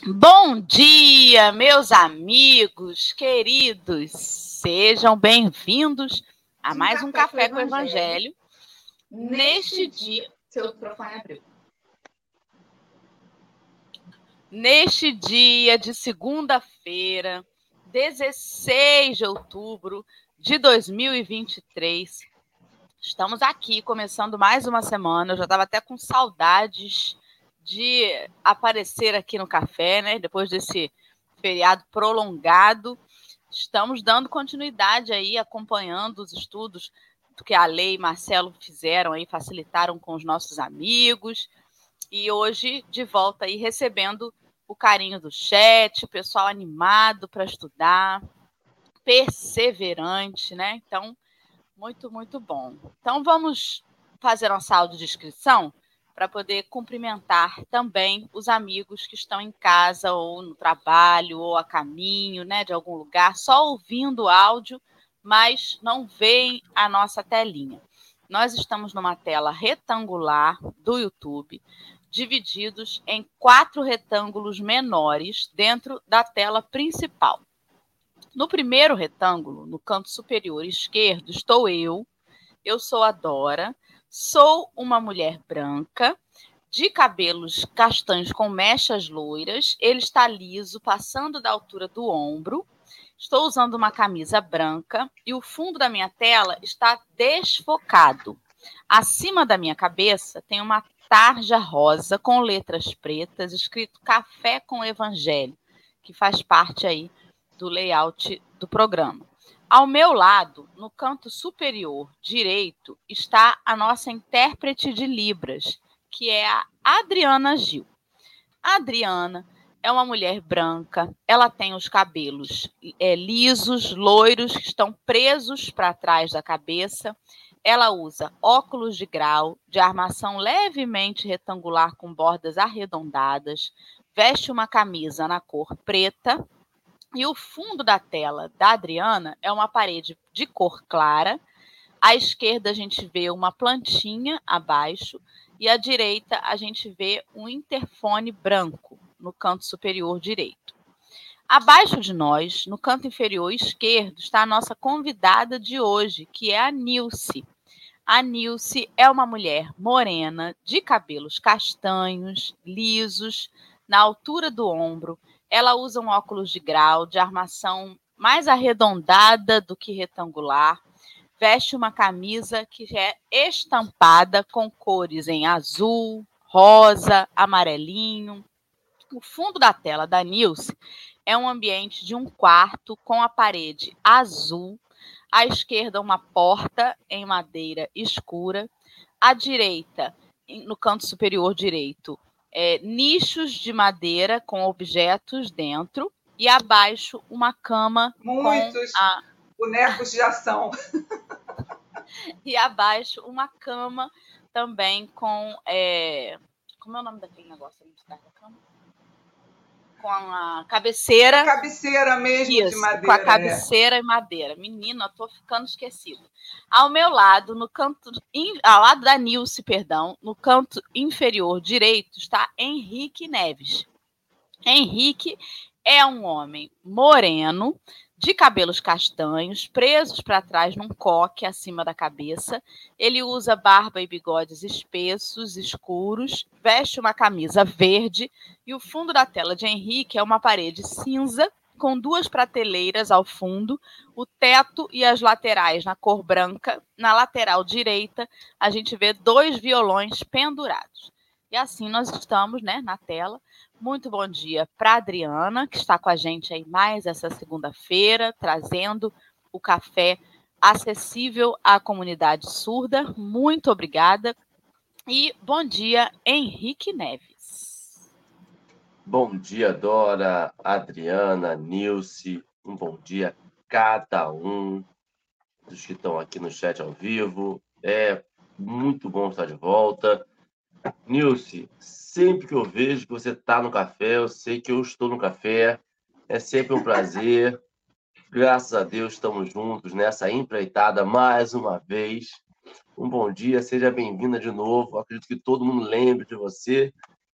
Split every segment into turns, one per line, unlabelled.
Bom dia, meus amigos queridos. Sejam bem-vindos a mais um Café com o Evangelho. Neste dia... Seu microfone abriu. Neste dia de segunda-feira, 16 de outubro de 2023, estamos aqui começando mais uma semana. Eu já estava até com saudades de aparecer aqui no café, né? Depois desse feriado prolongado, estamos dando continuidade aí, acompanhando os estudos que a Lei e Marcelo fizeram aí, facilitaram com os nossos amigos. E hoje, de volta aí, recebendo o carinho do chat, o pessoal animado para estudar, perseverante, né? Então, muito, muito bom. Então, vamos fazer nossa audiodescrição para poder cumprimentar também os amigos que estão em casa ou no trabalho ou a caminho, né, de algum lugar, só ouvindo o áudio, mas não veem a nossa telinha. Nós estamos numa tela retangular do YouTube, divididos em 4 retângulos menores dentro da tela principal. No primeiro retângulo, no canto superior esquerdo, estou eu sou a Dora, sou uma mulher branca, de cabelos castanhos com mechas loiras, ele está liso, passando da altura do ombro, estou usando uma camisa branca e o fundo da minha tela está desfocado. Acima da minha cabeça tem uma tarja rosa com letras pretas, escrito Café com Evangelho, que faz parte aí do layout do programa. Ao meu lado, no canto superior direito, está a nossa intérprete de Libras, que é a Adriana Gil. A Adriana é uma mulher branca, ela tem os cabelos lisos, loiros, que estão presos para trás da cabeça. Ela usa óculos de grau, de armação levemente retangular com bordas arredondadas, veste uma camisa na cor preta e o fundo da tela da Adriana é uma parede de cor clara. À esquerda a gente vê uma plantinha abaixo e à direita a gente vê um interfone branco no canto superior direito. Abaixo de nós, no canto inferior esquerdo, está a nossa convidada de hoje, que é a Nilce. A Nilce é uma mulher morena, de cabelos castanhos, lisos, na altura do ombro. Ela usa um óculos de grau, de armação mais arredondada do que retangular. Veste uma camisa que é estampada com cores em azul, rosa, amarelinho. O fundo da tela da Nilce é um ambiente de um quarto com a parede azul. À esquerda, uma porta em madeira escura. À direita, no canto superior direito, nichos de madeira com objetos dentro. E abaixo, uma cama
Muitos bonecos de ação.
E abaixo, uma cama também com... como é o nome daquele negócio ali de trás da cama? Com a cabeceira.
A cabeceira mesmo. Isso, de madeira.
Com a cabeceira e madeira. Menina, eu tô ficando esquecida. Ao meu lado, ao lado da Nilce, perdão, no canto inferior direito, está Henrique Neves. Henrique é um homem moreno, de cabelos castanhos, presos para trás num coque acima da cabeça. Ele usa barba e bigodes espessos, escuros, veste uma camisa verde e o fundo da tela de Henrique é uma parede cinza com 2 prateleiras ao fundo, o teto e as laterais na cor branca. Na lateral direita, a gente vê 2 violões pendurados. E assim nós estamos, né, na tela. Muito bom dia para a Adriana, que está com a gente aí mais essa segunda-feira, trazendo o café acessível à comunidade surda. Muito obrigada. E bom dia, Henrique Neves.
Bom dia, Dora, Adriana, Nilce. Um bom dia a cada um dos que estão aqui no chat ao vivo. É muito bom estar de volta. Nilce, sempre que eu vejo que você está no café, eu sei que eu estou no café. É sempre um prazer. Graças a Deus estamos juntos nessa empreitada mais uma vez. Um bom dia, seja bem-vinda de novo. Acredito que todo mundo lembre de você,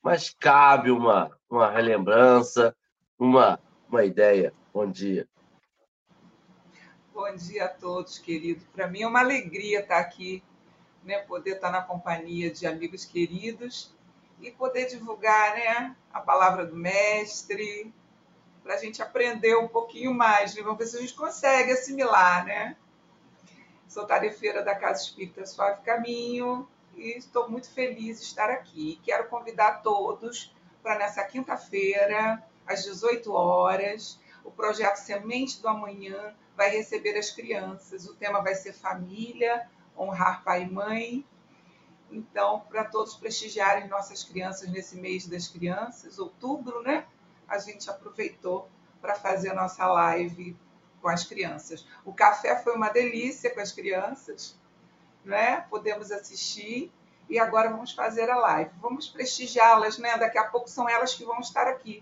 mas cabe uma relembrança, uma ideia. Bom dia.
Bom dia a todos, querido. Para mim é uma alegria estar aqui, né? Poder estar na companhia de amigos queridos e poder divulgar, né, a palavra do Mestre, para a gente aprender um pouquinho mais, né? Vamos ver se a gente consegue assimilar, né? Sou tarefeira da Casa Espírita Suave Caminho e estou muito feliz de estar aqui. Quero convidar todos para nessa quinta-feira, às 18 horas, o projeto Semente do Amanhã vai receber as crianças. O tema vai ser família, honrar pai e mãe. Então, para todos prestigiarem nossas crianças nesse mês das crianças, outubro, né? A gente aproveitou para fazer a nossa live com as crianças. O café foi uma delícia com as crianças, né? Podemos assistir e agora vamos fazer a live. Vamos prestigiá-las, né? Daqui a pouco são elas que vão estar aqui.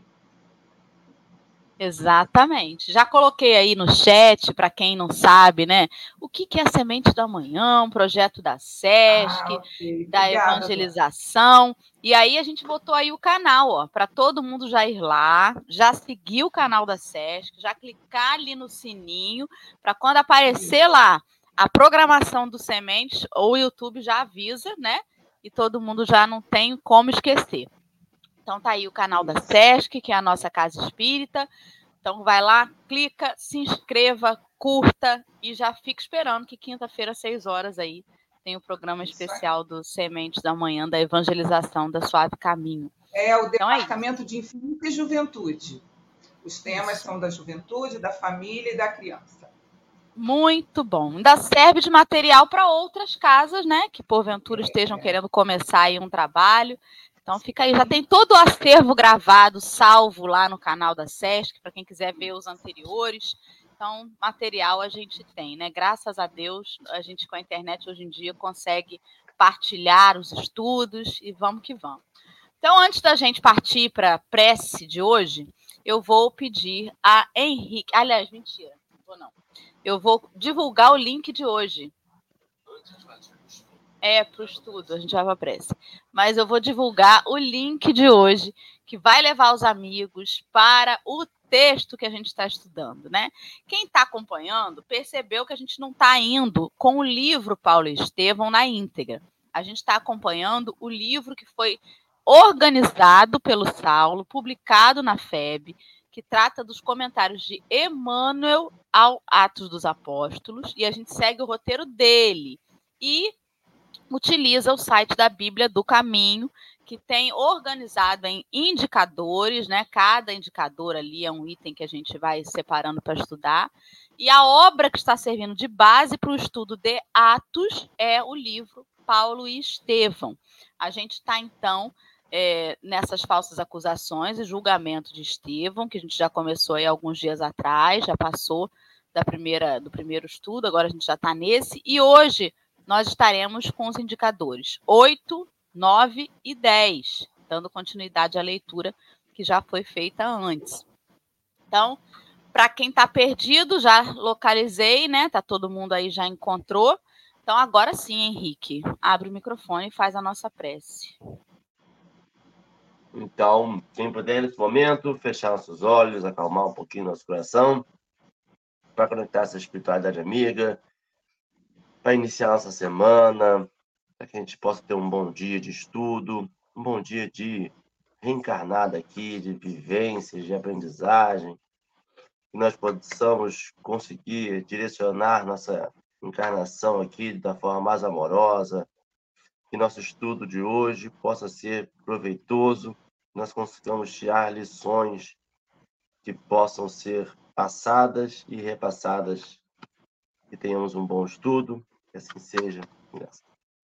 Exatamente. Já coloquei aí no chat, para quem não sabe, né? O que é a Semente do Amanhã, um projeto da SESC,
okay.
da
Obrigada,
evangelização. Dona. E aí a gente botou aí o canal, ó, para todo mundo já ir lá, já seguir o canal da SESC, já clicar ali no sininho, para quando aparecer lá a programação do Semente, o YouTube já avisa, né? E todo mundo já não tem como esquecer. Então tá aí o canal da SESC, que é a nossa Casa Espírita. Então vai lá, clica, se inscreva, curta e já fica esperando que quinta-feira, às 6 horas aí, tem o programa especial do Sementes da Manhã, da evangelização da Suave Caminho.
É o Departamento de Infância e Juventude. Os temas são da juventude, da família e da criança.
Muito bom. Ainda serve de material para outras casas, né? Que porventura estejam querendo começar aí um trabalho. Então fica aí, já tem todo o acervo gravado, salvo lá no canal da SESC, para quem quiser ver os anteriores. Então, material a gente tem, né? Graças a Deus, a gente com a internet hoje em dia consegue partilhar os estudos e vamos que vamos. Então, antes da gente partir para a prece de hoje, eu vou pedir a Henrique... Aliás, mentira, não vou não. Eu vou divulgar o link de hoje. Para o estudo, a gente vai para a prece. Mas eu vou divulgar o link de hoje, que vai levar os amigos para o texto que a gente está estudando, né? Quem está acompanhando percebeu que a gente não está indo com o livro Paulo e Estevão na íntegra. A gente está acompanhando o livro que foi organizado pelo Saulo, publicado na FEB, que trata dos comentários de Emmanuel ao Atos dos Apóstolos, e a gente segue o roteiro dele. E utiliza o site da Bíblia do Caminho, que tem organizado em indicadores, né? Cada indicador ali é um item que a gente vai separando para estudar. E a obra que está servindo de base para o estudo de Atos é o livro Paulo e Estevão. A gente está, então, nessas falsas acusações e julgamento de Estevão, que a gente já começou aí alguns dias atrás, já passou do primeiro estudo, agora a gente já está nesse. E hoje nós estaremos com os indicadores 8, 9 e 10, dando continuidade à leitura que já foi feita antes. Então, para quem está perdido, já localizei, né? Tá todo mundo aí já encontrou. Então, agora sim, Henrique, abre o microfone e faz a nossa prece.
Então, quem puder nesse momento, fechar nossos olhos, acalmar um pouquinho nosso coração, para conectar essa espiritualidade amiga, para iniciar nossa semana, para que a gente possa ter um bom dia de estudo, um bom dia de reencarnada aqui, de vivências, de aprendizagem, que nós possamos conseguir direcionar nossa encarnação aqui da forma mais amorosa, que nosso estudo de hoje possa ser proveitoso, nós consigamos tirar lições que possam ser passadas e repassadas, que tenhamos um bom estudo, que assim seja. Graças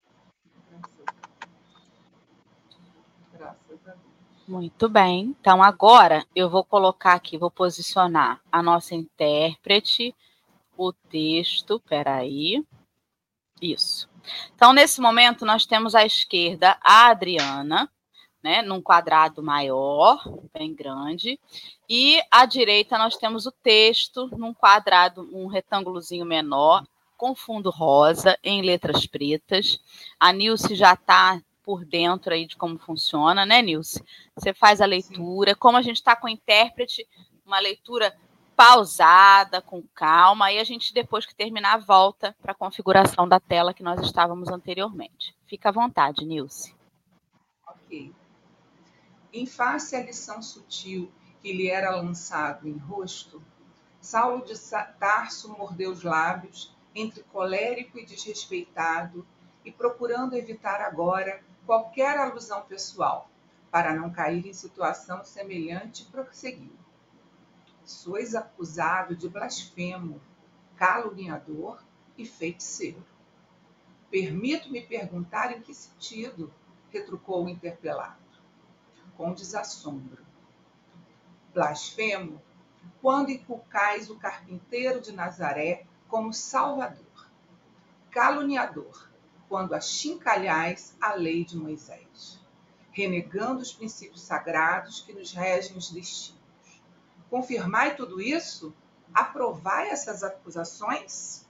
a Deus.
Muito bem. Então, agora eu vou colocar aqui, vou posicionar a nossa intérprete, o texto, peraí. Isso. Então, nesse momento, nós temos à esquerda a Adriana, né, num quadrado maior, bem grande, e à direita nós temos o texto num quadrado, um retângulozinho menor, com fundo rosa, em letras pretas. A Nilce já está por dentro aí de como funciona, né, Nilce? Você faz a leitura, como a gente está com o intérprete, uma leitura pausada, com calma, aí a gente, depois que terminar, volta para a configuração da tela que nós estávamos anteriormente. Fica à vontade, Nilce.
Ok. Em face à lição sutil que lhe era lançado em rosto, Saulo de Tarso mordeu os lábios, entre colérico e desrespeitado, e procurando evitar agora qualquer alusão pessoal, para não cair em situação semelhante, prosseguiu. Sois acusado de blasfemo, caluniador e feiticeiro. Permito-me perguntar em que sentido, retrucou o interpelado, com desassombro. Blasfemo, quando inculcais o carpinteiro de Nazaré como salvador. Caluniador, quando achincalhais a lei de Moisés, renegando os princípios sagrados que nos regem os destinos. Confirmai tudo isso? Aprovai essas acusações?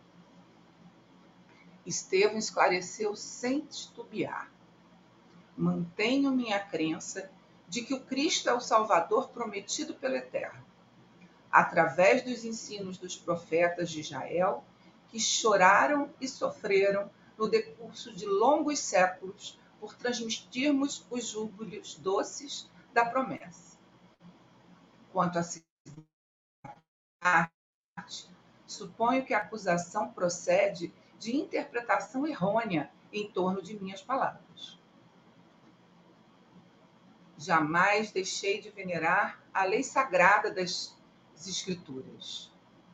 Estevão esclareceu sem titubear. Mantenho minha crença de que o Cristo é o Salvador prometido pelo Eterno, através dos ensinos dos profetas de Israel, que choraram e sofreram no decurso de longos séculos por transmitirmos os júbilos doces da promessa. Quanto a arte, suponho que a acusação procede de interpretação errônea em torno de minhas palavras. Jamais deixei de venerar a lei sagrada das Escrituras.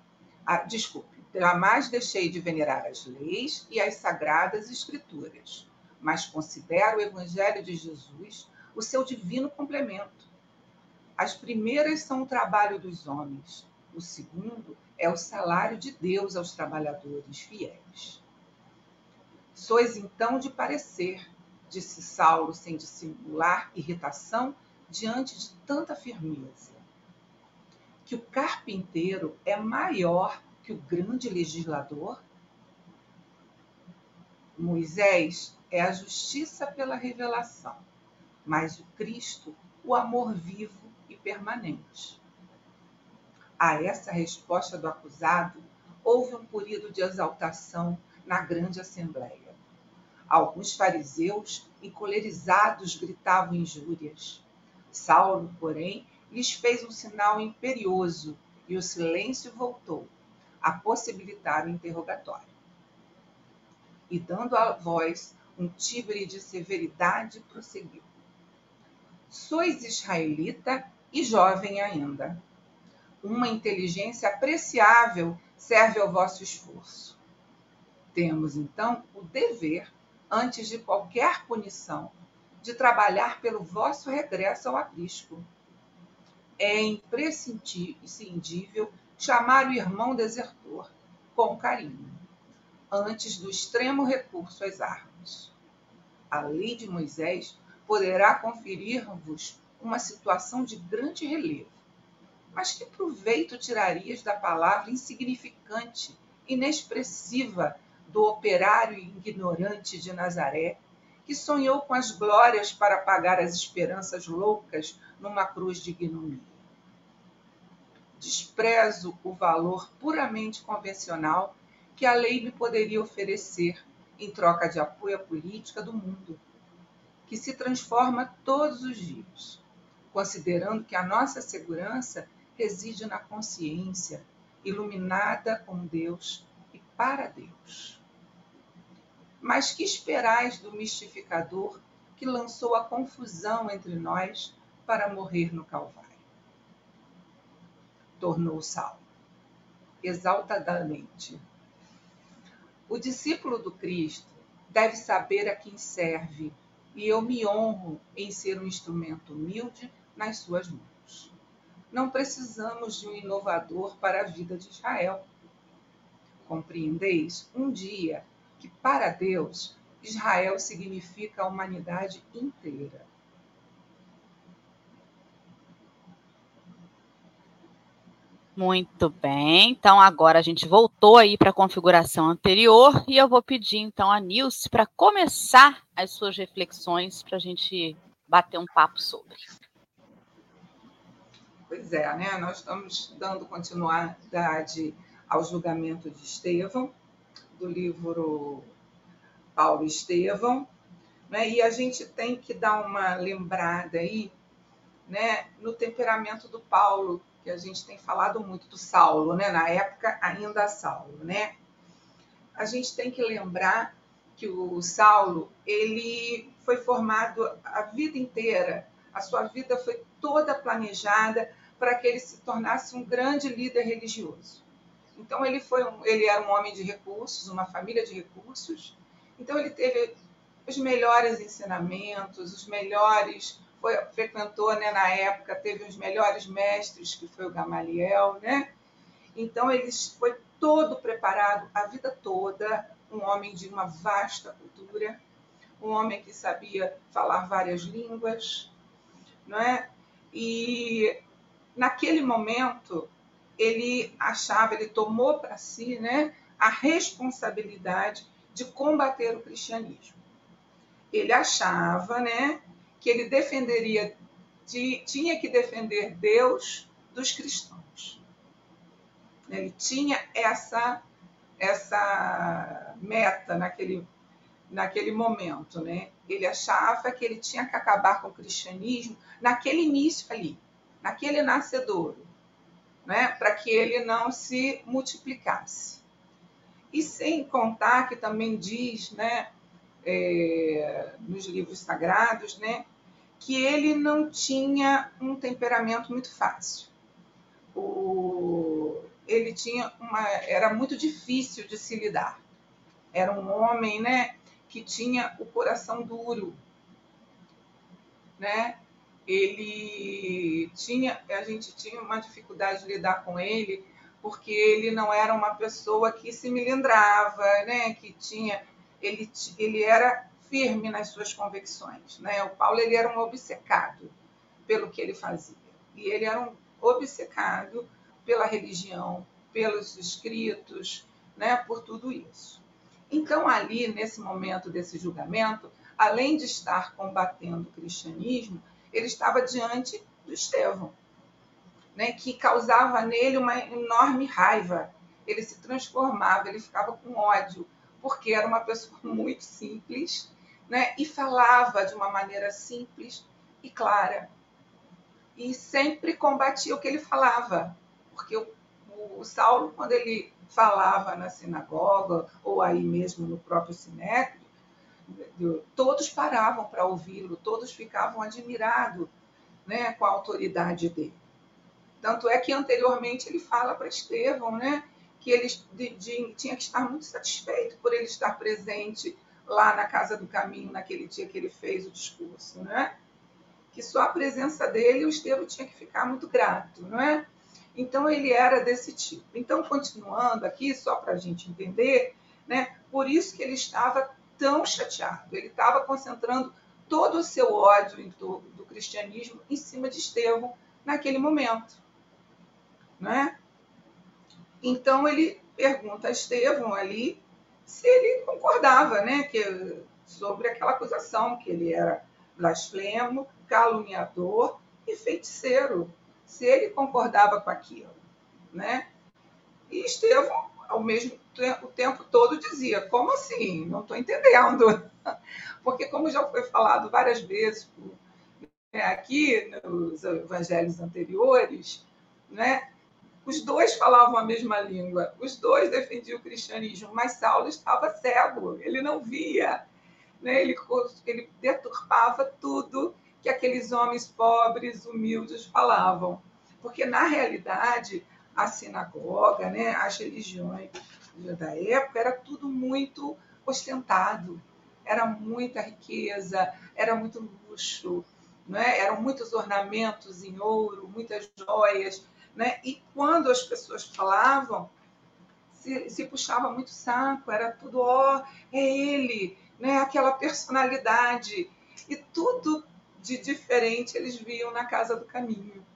Jamais deixei de venerar as leis e as sagradas Escrituras, mas considero o Evangelho de Jesus o seu divino complemento. As primeiras são o trabalho dos homens, o segundo é o salário de Deus aos trabalhadores fiéis. Sois então de parecer, disse Saulo sem dissimular irritação diante de tanta firmeza, que o carpinteiro é maior que o grande legislador? Moisés é a justiça pela revelação, mas o Cristo, o amor vivo e permanente. A essa resposta do acusado, houve um purido de exaltação na grande assembleia. Alguns fariseus, encolerizados, gritavam injúrias. Saulo, porém, lhes fez um sinal imperioso e o silêncio voltou a possibilitar o interrogatório. E, dando à voz um timbre de severidade, prosseguiu. Sois israelita e jovem ainda. Uma inteligência apreciável serve ao vosso esforço. Temos, então, o dever, antes de qualquer punição, de trabalhar pelo vosso regresso ao aprisco. É imprescindível chamar o irmão desertor com carinho, antes do extremo recurso às armas. A lei de Moisés poderá conferir-vos uma situação de grande relevo. Mas que proveito tirarias da palavra insignificante, inexpressiva do operário ignorante de Nazaré, que sonhou com as glórias para pagar as esperanças loucas numa cruz de ignomínia? Desprezo o valor puramente convencional que a lei me poderia oferecer em troca de apoio à política do mundo, que se transforma todos os dias, considerando que a nossa segurança reside na consciência, iluminada com Deus e para Deus. Mas que esperais do mistificador que lançou a confusão entre nós para morrer no Calvário? Tornou Saulo, exaltadamente. O discípulo do Cristo deve saber a quem serve, e eu me honro em ser um instrumento humilde nas suas mãos. Não precisamos de um inovador para a vida de Israel. Compreendeis um dia que, para Deus, Israel significa a humanidade inteira.
Muito bem, então agora a gente voltou aí para a configuração anterior e eu vou pedir então a Nilce para começar as suas reflexões para a gente bater um papo sobre.
Pois é, né? Nós estamos dando continuidade ao julgamento de Estevão, do livro Paulo e Estevão, né? E a gente tem que dar uma lembrada aí, né, no temperamento do Paulo, que a gente tem falado muito do Saulo, né? Na época ainda Saulo, né? A gente tem que lembrar que o Saulo, ele foi formado a vida inteira, a sua vida foi toda planejada para que ele se tornasse um grande líder religioso. Então ele era um homem de recursos, uma família de recursos. Então ele teve os melhores ensinamentos, os melhores, frequentou, né, na época, teve os melhores mestres, que foi o Gamaliel, né? Então ele foi todo preparado, a vida toda, um homem de uma vasta cultura, um homem que sabia falar várias línguas, não é? E naquele momento ele tomou para si, né, a responsabilidade de combater o cristianismo. Ele achava, né, que ele tinha que defender Deus dos cristãos. Ele tinha essa meta naquele momento, né? Ele achava que ele tinha que acabar com o cristianismo naquele início ali, naquele nascedouro, né? Para que ele não se multiplicasse. E sem contar que também diz, né, nos livros sagrados, né, que ele não tinha um temperamento muito fácil. Ele era muito difícil de se lidar. Era um homem, né, que tinha o coração duro, né? A gente tinha uma dificuldade de lidar com ele, porque ele não era uma pessoa que se melindrava, né? Ele era firme nas suas convicções, né? O Paulo, ele era um obcecado pelo que ele fazia. E ele era um obcecado pela religião, pelos escritos, né? Por tudo isso. Então, ali, nesse momento desse julgamento, além de estar combatendo o cristianismo, ele estava diante do Estevão, né, que causava nele uma enorme raiva. Ele se transformava, ele ficava com ódio, porque era uma pessoa muito simples, né, e falava de uma maneira simples e clara. E sempre combatia o que ele falava, porque o Saulo, quando ele falava na sinagoga, ou aí mesmo no próprio sinédrio, todos paravam para ouvi-lo, todos ficavam admirados, né, com a autoridade dele. Tanto é que anteriormente ele fala para Estevão, né, que ele tinha que estar muito satisfeito por ele estar presente lá na Casa do Caminho, naquele dia que ele fez o discurso, né? Que só a presença dele, o Estevão tinha que ficar muito grato, não é? Então ele era desse tipo. Então, continuando aqui, só para a gente entender, né, por isso que ele estava tão chateado. Ele estava concentrando todo o seu ódio do cristianismo em cima de Estevão naquele momento, né? Então ele pergunta a Estevão ali se ele concordava, né, sobre aquela acusação que ele era blasfemo, caluniador e feiticeiro, se ele concordava com aquilo, né? E Estevão, ao mesmo tempo, o tempo todo dizia: como assim? Não estou entendendo. Porque, como já foi falado várias vezes aqui nos evangelhos anteriores, né, os dois falavam a mesma língua, os dois defendiam o cristianismo, mas Saulo estava cego, ele não via, né? Ele deturpava tudo que aqueles homens pobres, humildes falavam. Porque, na realidade, a sinagoga, né, as religiões da época, era tudo muito ostentado, era muita riqueza, era muito luxo, né? Eram muitos ornamentos em ouro, muitas joias, né? E quando as pessoas falavam, se puxava muito saco, era tudo, é ele, né? Aquela personalidade. E tudo de diferente eles viam na Casa do Caminho,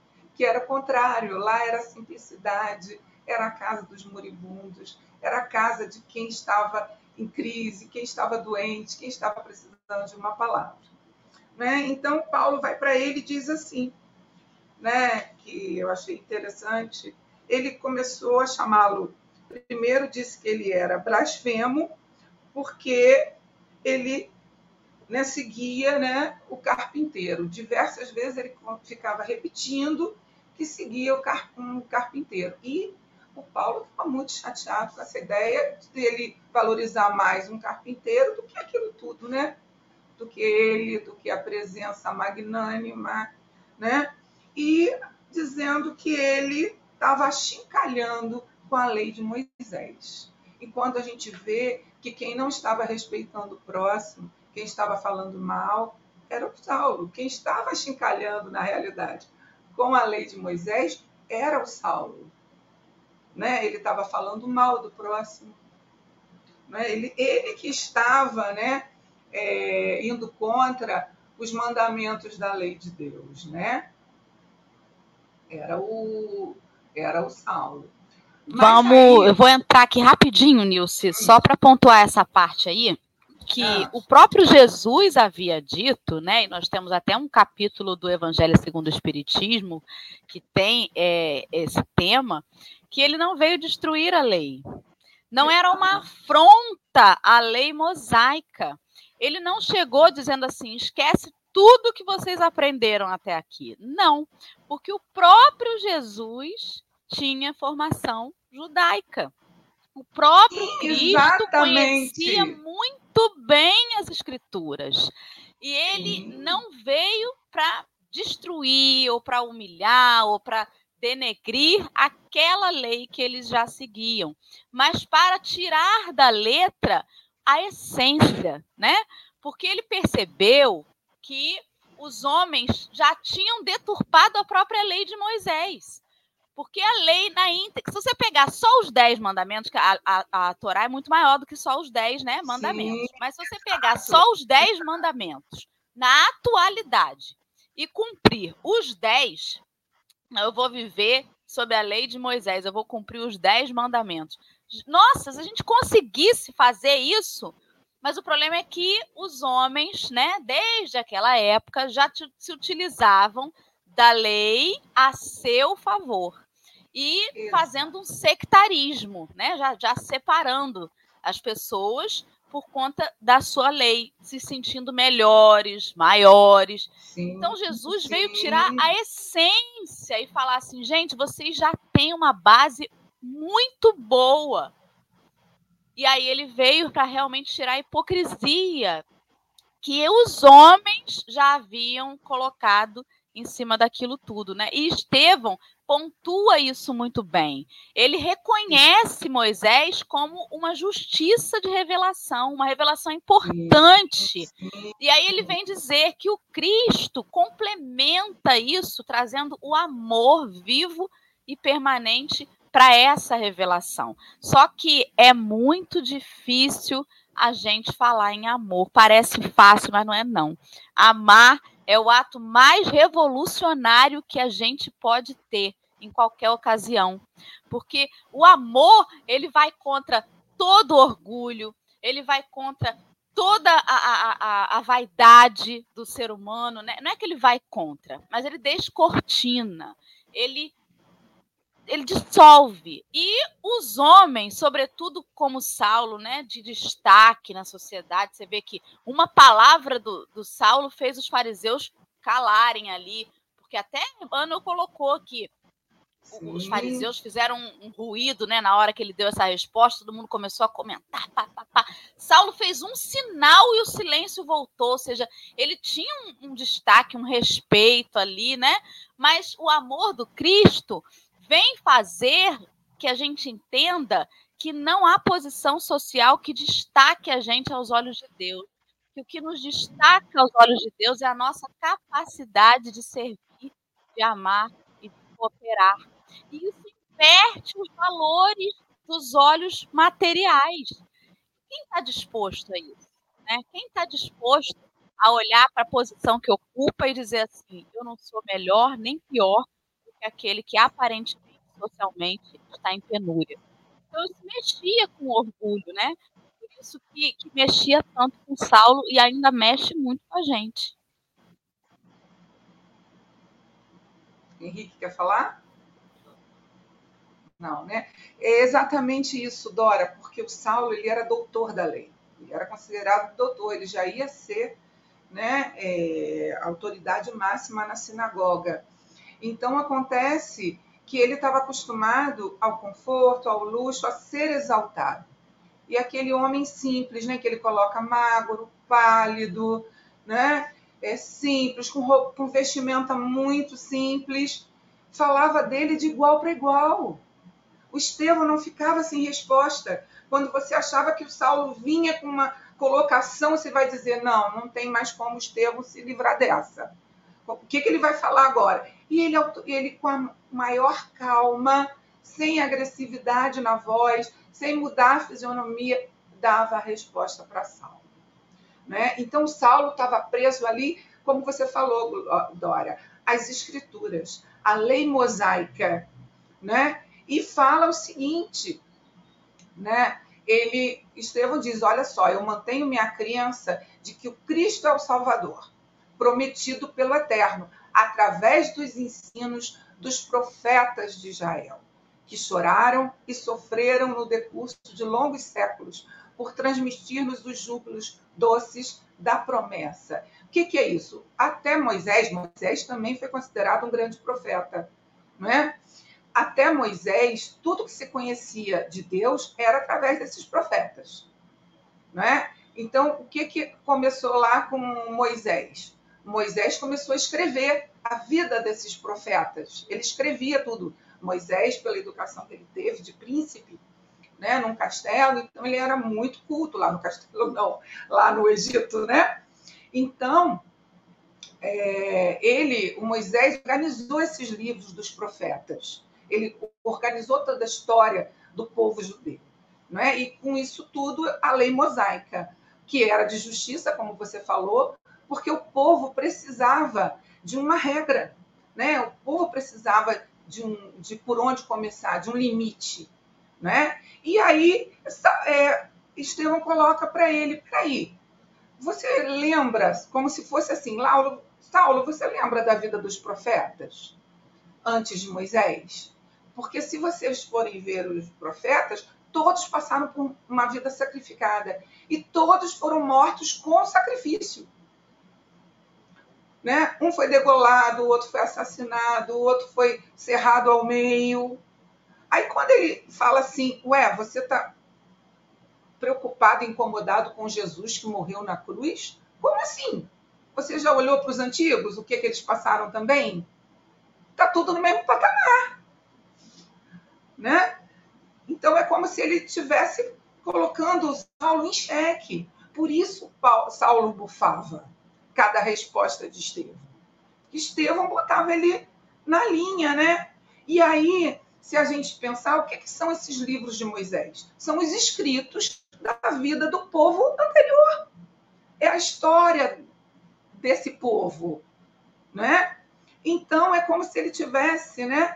que era o contrário. Lá era a simplicidade, era a casa dos moribundos, era a casa de quem estava em crise, quem estava doente, quem estava precisando de uma palavra. Né? Então, Paulo vai para ele e diz assim, né, que eu achei interessante. Ele começou a chamá-lo, primeiro disse que ele era blasfemo, porque ele, né, seguia, né, o carpinteiro. Diversas vezes ele ficava repetindo que seguia um carpinteiro. E o Paulo estava muito chateado com essa ideia de ele valorizar mais um carpinteiro do que aquilo tudo, né? Do que ele, do que a presença magnânima, né? E dizendo que ele estava achincalhando com a lei de Moisés. Enquanto a gente vê que quem não estava respeitando o próximo, quem estava falando mal, era o Saulo. Quem estava achincalhando, na realidade, com a lei de Moisés, era o Saulo. Né? Ele estava falando mal do próximo. Né? Ele que estava, né, indo contra os mandamentos da lei de Deus. Né? Era o Saulo.
Eu vou entrar aqui rapidinho, Nilce, só para pontuar essa parte aí, que o próprio Jesus havia dito, né? E nós temos até um capítulo do Evangelho segundo o Espiritismo que tem esse tema, que ele não veio destruir a lei. Não era uma afronta à lei mosaica. Ele não chegou dizendo assim, esquece tudo que vocês aprenderam até aqui. Não, porque o próprio Jesus tinha formação judaica. O próprio Cristo conhecia muito bem as Escrituras. E ele não veio para destruir, ou para humilhar, ou para denegrir aquela lei que eles já seguiam, mas para tirar da letra a essência, né? Porque ele percebeu que os homens já tinham deturpado a própria lei de Moisés. Porque a lei na íntegra, se você pegar só os 10 mandamentos, que a Torá é muito maior do que só os 10, né, mandamentos. Sim. Mas se você pegar só os 10 mandamentos na atualidade e cumprir os 10, eu vou viver sob a lei de Moisés, eu vou cumprir os 10 mandamentos. Nossa, se a gente conseguisse fazer isso, mas o problema é que os homens, né, desde aquela época, já se utilizavam da lei a seu favor e fazendo um sectarismo, né, já separando as pessoas por conta da sua lei, se sentindo melhores, maiores. Sim, então, Jesus veio tirar a essência e falar assim, gente, vocês já têm uma base muito boa. E aí ele veio para realmente tirar a hipocrisia que os homens já haviam colocado em cima daquilo tudo, né? E Estevão pontua isso muito bem. Ele reconhece Moisés como uma justiça de revelação, uma revelação importante. E aí ele vem dizer que o Cristo complementa isso, trazendo o amor vivo e permanente para essa revelação. Só que é muito difícil a gente falar em amor. Parece fácil, mas não é não. Amar é o ato mais revolucionário que a gente pode ter em qualquer ocasião. Porque o amor, ele vai contra todo orgulho, ele vai contra toda a vaidade do ser humano, né? Não é que ele vai contra, mas ele descortina, ele dissolve. E os homens, sobretudo como Saulo, né, de destaque na sociedade, você vê que uma palavra do Saulo fez os fariseus calarem ali, porque até Emmanuel colocou que os fariseus fizeram um ruído, né, na hora que ele deu essa resposta, todo mundo começou a comentar, Saulo fez um sinal e o silêncio voltou, ou seja, ele tinha um destaque, um respeito ali, né, mas o amor do Cristo vem fazer que a gente entenda que não há posição social que destaque a gente aos olhos de Deus. Que o que nos destaca aos olhos de Deus é a nossa capacidade de servir, de amar e de cooperar. E isso inverte os valores dos olhos materiais. Quem está disposto a isso? Né? Quem está disposto a olhar para a posição que ocupa e dizer assim, eu não sou melhor nem pior que aquele que aparentemente, socialmente, está em penúria. Então, isso mexia com o orgulho, né? Por isso que mexia tanto com Saulo e ainda mexe muito com a gente.
Henrique, quer falar? Não, né? É exatamente isso, Dora, porque o Saulo ele era doutor da lei, ele era considerado doutor, ele já ia ser, né, a autoridade máxima na sinagoga. Então acontece que ele estava acostumado ao conforto, ao luxo, a ser exaltado. E aquele homem simples, né, que ele coloca magro, pálido, né, simples, com vestimenta muito simples, falava dele de igual para igual. O Estevão não ficava sem resposta. Quando você achava que o Saulo vinha com uma colocação, você vai dizer, não tem mais como o Estevão se livrar dessa. O que ele vai falar agora? E ele com a maior calma, sem agressividade na voz, sem mudar a fisionomia, dava a resposta para Saulo. Né? Então, Saulo estava preso ali, como você falou, Dora, as escrituras, a lei mosaica, né? E fala o seguinte, né? Estevão diz, olha só, eu mantenho minha crença de que o Cristo é o Salvador, prometido pelo Eterno, através dos ensinos dos profetas de Israel, que choraram e sofreram no decurso de longos séculos, por transmitir-nos os júbilos doces da promessa. O que é isso? Até Moisés também foi considerado um grande profeta, não é? Até Moisés, tudo que se conhecia de Deus era através desses profetas. Não é? Então, o que começou lá com Moisés? Moisés começou a escrever a vida desses profetas. Ele escrevia tudo. Moisés, pela educação que ele teve de príncipe, né, num castelo, então ele era muito culto lá no castelo, não, lá no Egito, né? Então, o Moisés organizou esses livros dos profetas. Ele organizou toda a história do povo judeu. Né? E com isso tudo, a lei mosaica, que era de justiça, como você falou, porque o povo precisava de uma regra. Né? O povo precisava de por onde começar, de um limite. Né? E aí, Estevão coloca para ele, peraí, você lembra, como se fosse assim, Saulo, você lembra da vida dos profetas antes de Moisés? Porque se vocês forem ver os profetas, todos passaram por uma vida sacrificada e todos foram mortos com sacrifício. Né? Um foi degolado, o outro foi assassinado, o outro foi cerrado ao meio. Aí quando ele fala assim, você está preocupado, incomodado com Jesus que morreu na cruz? Como assim? Você já olhou para os antigos, o que eles passaram também? Está tudo no mesmo patamar. Né? Então é como se ele estivesse colocando Saulo em xeque. Por isso Saulo bufava cada resposta de Estevão. Estevão botava ele na linha, né? E aí, se a gente pensar, o que são esses livros de Moisés? São os escritos da vida do povo anterior. É a história desse povo, né? Então, é como se ele tivesse, né,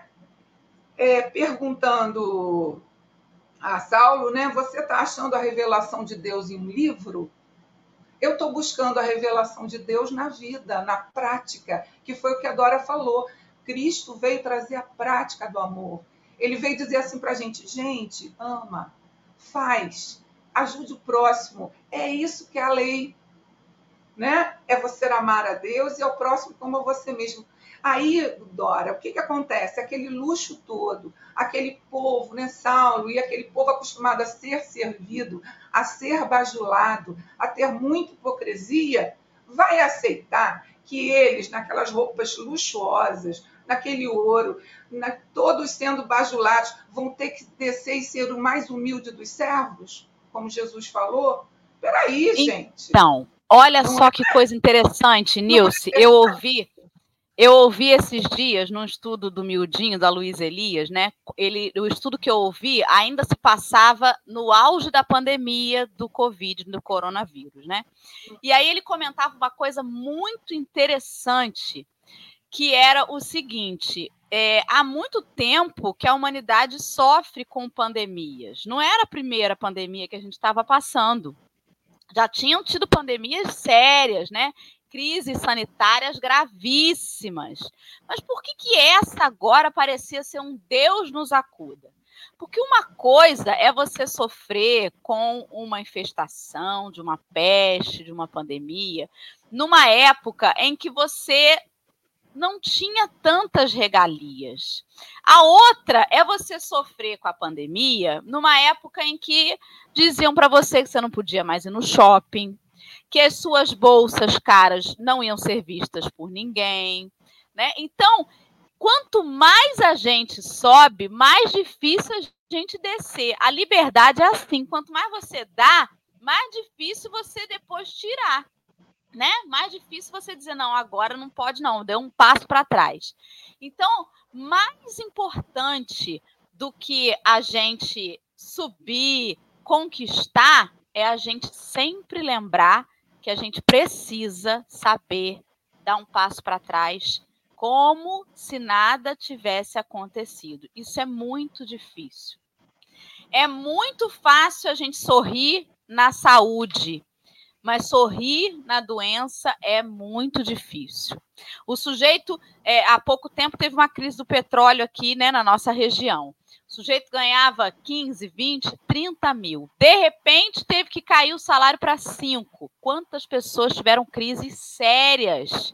perguntando a Saulo, né, você está achando a revelação de Deus em um livro? Eu estou buscando a revelação de Deus na vida, na prática, que foi o que a Dora falou. Cristo veio trazer a prática do amor. Ele veio dizer assim para a gente, ama, faz, ajude o próximo. É isso que é a lei. Né? É você amar a Deus e ao próximo como a você mesmo. Aí, Dora, o que acontece? Aquele luxo todo, aquele povo, né, Saulo, e aquele povo acostumado a ser servido, a ser bajulado, a ter muita hipocrisia, vai aceitar que eles, naquelas roupas luxuosas, naquele ouro, todos sendo bajulados, vão ter que descer e ser o mais humilde dos servos? Como Jesus falou? Peraí, gente.
Então, olha só que coisa interessante, Nilce. Eu ouvi esses dias num estudo do Miudinho, da Luiz Elias, né? O estudo que eu ouvi ainda se passava no auge da pandemia do Covid, do coronavírus, né? E aí ele comentava uma coisa muito interessante, que era o seguinte: há muito tempo que a humanidade sofre com pandemias. Não era a primeira pandemia que a gente estava passando. Já tinham tido pandemias sérias, né? Crises sanitárias gravíssimas. Mas por que essa agora parecia ser um Deus nos acuda? Porque uma coisa é você sofrer com uma infestação, de uma peste, de uma pandemia, numa época em que você não tinha tantas regalias. A outra é você sofrer com a pandemia numa época em que diziam para você que você não podia mais ir no shopping, que as suas bolsas caras não iam ser vistas por ninguém, né? Então, quanto mais a gente sobe, mais difícil a gente descer. A liberdade é assim, quanto mais você dá, mais difícil você depois tirar. Né? Mais difícil você dizer, não, agora não pode não, deu um passo para trás. Então, mais importante do que a gente subir, conquistar, é a gente sempre lembrar que a gente precisa saber dar um passo para trás, como se nada tivesse acontecido. Isso é muito difícil. É muito fácil a gente sorrir na saúde, mas sorrir na doença é muito difícil. O sujeito, há pouco tempo, teve uma crise do petróleo aqui, né, na nossa região. O sujeito ganhava 15, 20, 30 mil. De repente, teve que cair o salário para 5. Quantas pessoas tiveram crises sérias,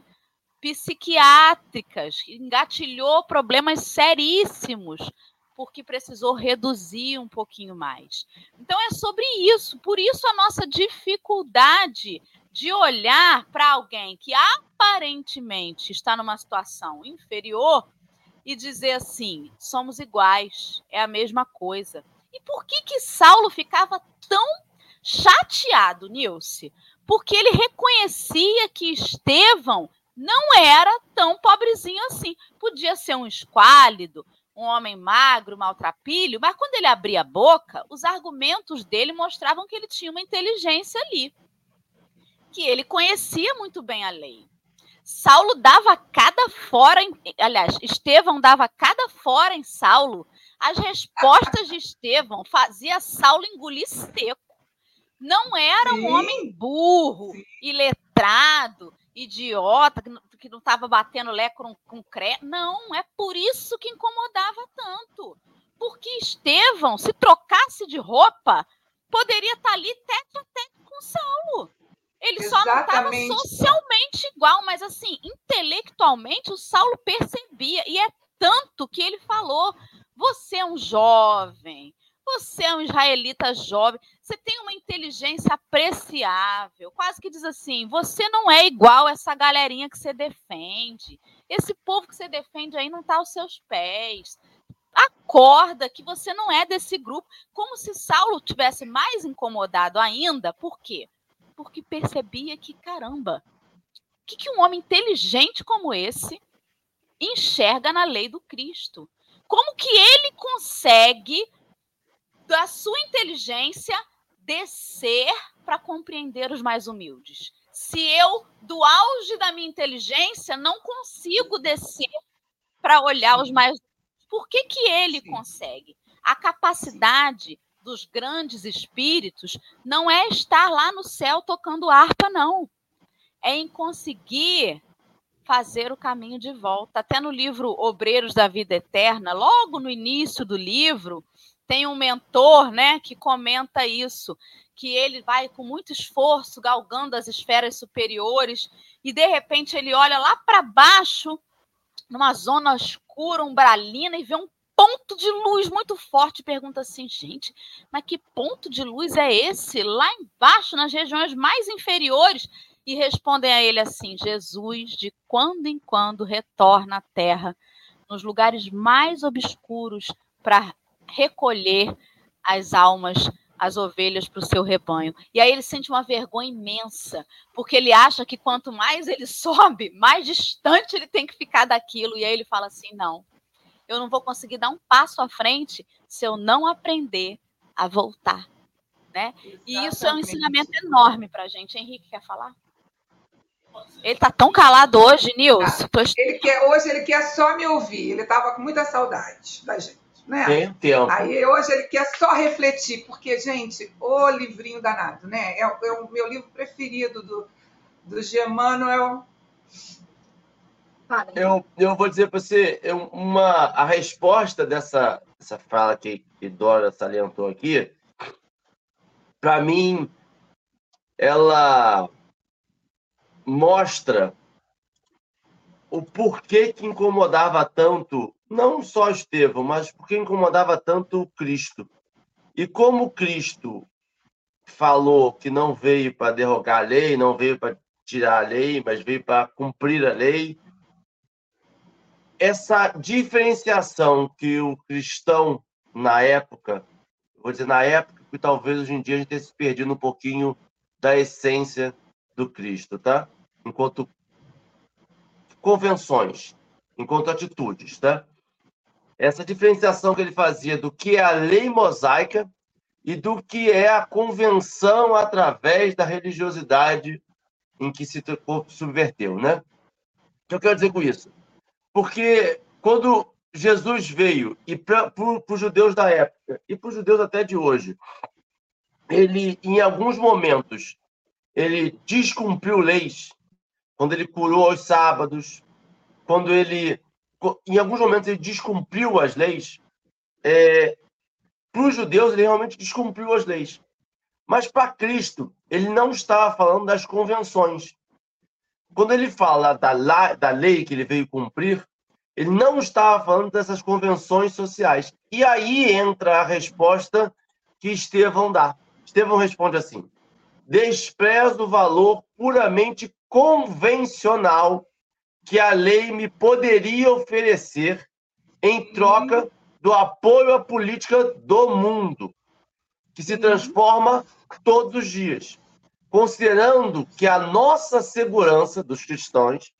psiquiátricas, engatilhou problemas seríssimos, porque precisou reduzir um pouquinho mais. Então, é sobre isso. Por isso, a nossa dificuldade de olhar para alguém que aparentemente está numa situação inferior e dizer assim, somos iguais, é a mesma coisa. E por que Saulo ficava tão chateado, Nilce? Porque ele reconhecia que Estevão não era tão pobrezinho assim. Podia ser um esquálido, um homem magro, maltrapilho, mas quando ele abria a boca, os argumentos dele mostravam que ele tinha uma inteligência ali, que ele conhecia muito bem a lei. Saulo dava cada fora, Estevão dava cada fora em Saulo. As respostas de Estevão fazia Saulo engolir seco. Não era um homem burro, iletrado, idiota, que não estava batendo lé com crédito. Não, é por isso que incomodava tanto. Porque Estevão, se trocasse de roupa, poderia estar ali tete a tete com Saulo. Ele só não estava socialmente igual, mas assim, intelectualmente o Saulo percebia. E é tanto que ele falou, você é um jovem, você é um israelita jovem, você tem uma inteligência apreciável, quase que diz assim, você não é igual essa galerinha que você defende, esse povo que você defende aí não está aos seus pés, acorda que você não é desse grupo, como se Saulo tivesse mais incomodado ainda, por quê? Porque percebia que, caramba, o que um homem inteligente como esse enxerga na lei do Cristo? Como que ele consegue, da sua inteligência, descer para compreender os mais humildes? Se eu, do auge da minha inteligência, não consigo descer para olhar os mais... Por que ele consegue? A capacidade dos grandes espíritos não é estar lá no céu tocando harpa, não. É em conseguir fazer o caminho de volta. Até no livro Obreiros da Vida Eterna, logo no início do livro, tem um mentor, né, que comenta isso, que ele vai com muito esforço galgando as esferas superiores e, de repente, ele olha lá para baixo, numa zona escura, umbralina, e vê um ponto de luz muito forte e pergunta assim, gente, mas que ponto de luz é esse? Lá embaixo, nas regiões mais inferiores? E respondem a ele assim, Jesus, de quando em quando, retorna à terra, nos lugares mais obscuros, para recolher as almas, as ovelhas para o seu rebanho. E aí ele sente uma vergonha imensa, porque ele acha que quanto mais ele sobe, mais distante ele tem que ficar daquilo. E aí ele fala assim, não, eu não vou conseguir dar um passo à frente se eu não aprender a voltar. Né? E isso é um ensinamento enorme para a gente. Henrique, quer falar? Ele tá tão calado hoje, Nilson.
Hoje ele quer só me ouvir. Ele estava com muita saudade da gente, né?
Tem tempo.
Aí hoje ele quer só refletir, porque, gente, o livrinho danado, né? É o meu livro preferido do Germano.
Eu vou dizer para você, a resposta dessa fala que Dora salientou aqui, para mim, ela mostra o porquê que incomodava tanto, não só Estevão, mas porque incomodava tanto Cristo. E como Cristo falou que não veio para derrogar a lei, não veio para tirar a lei, mas veio para cumprir a lei, essa diferenciação que o cristão, na época, vou dizer na época, que talvez hoje em dia a gente tenha se perdido um pouquinho da essência do Cristo, tá? Enquanto convenções, enquanto atitudes, tá? Essa diferenciação que ele fazia do que é a lei mosaica e do que é a convenção através da religiosidade em que se subverteu, né? O que eu quero dizer com isso? Porque quando Jesus veio, e para os judeus da época, e para os judeus até de hoje, ele, em alguns momentos, ele descumpriu leis, quando ele curou aos sábados, quando ele, em alguns momentos, ele descumpriu as leis, para os judeus, ele realmente descumpriu as leis. Mas para Cristo, ele não estava falando das convenções. Quando ele fala da lei que ele veio cumprir, ele não estava falando dessas convenções sociais. E aí entra a resposta que Estevão dá. Estevão responde assim: desprezo o valor puramente convencional que a lei me poderia oferecer em troca do apoio à política do mundo, que se transforma todos os dias. Considerando que a nossa segurança dos cristãos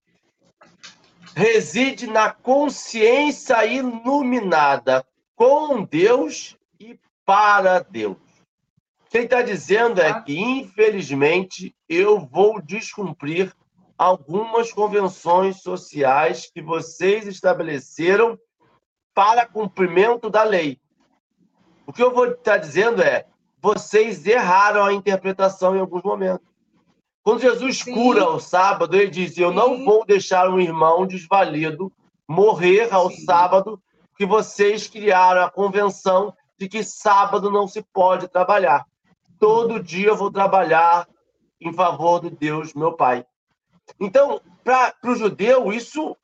reside na consciência iluminada com Deus e para Deus. O que ele está dizendo é que, infelizmente, eu vou descumprir algumas convenções sociais que vocês estabeleceram para cumprimento da lei. O que eu vou estar dizendo é, vocês erraram a interpretação em alguns momentos. Quando Jesus cura ao sábado, ele diz, eu não vou deixar um irmão desvalido morrer ao sábado, porque vocês criaram a convenção de que sábado não se pode trabalhar. Todo dia eu vou trabalhar em favor de Deus, meu Pai. Então, para o judeu, isso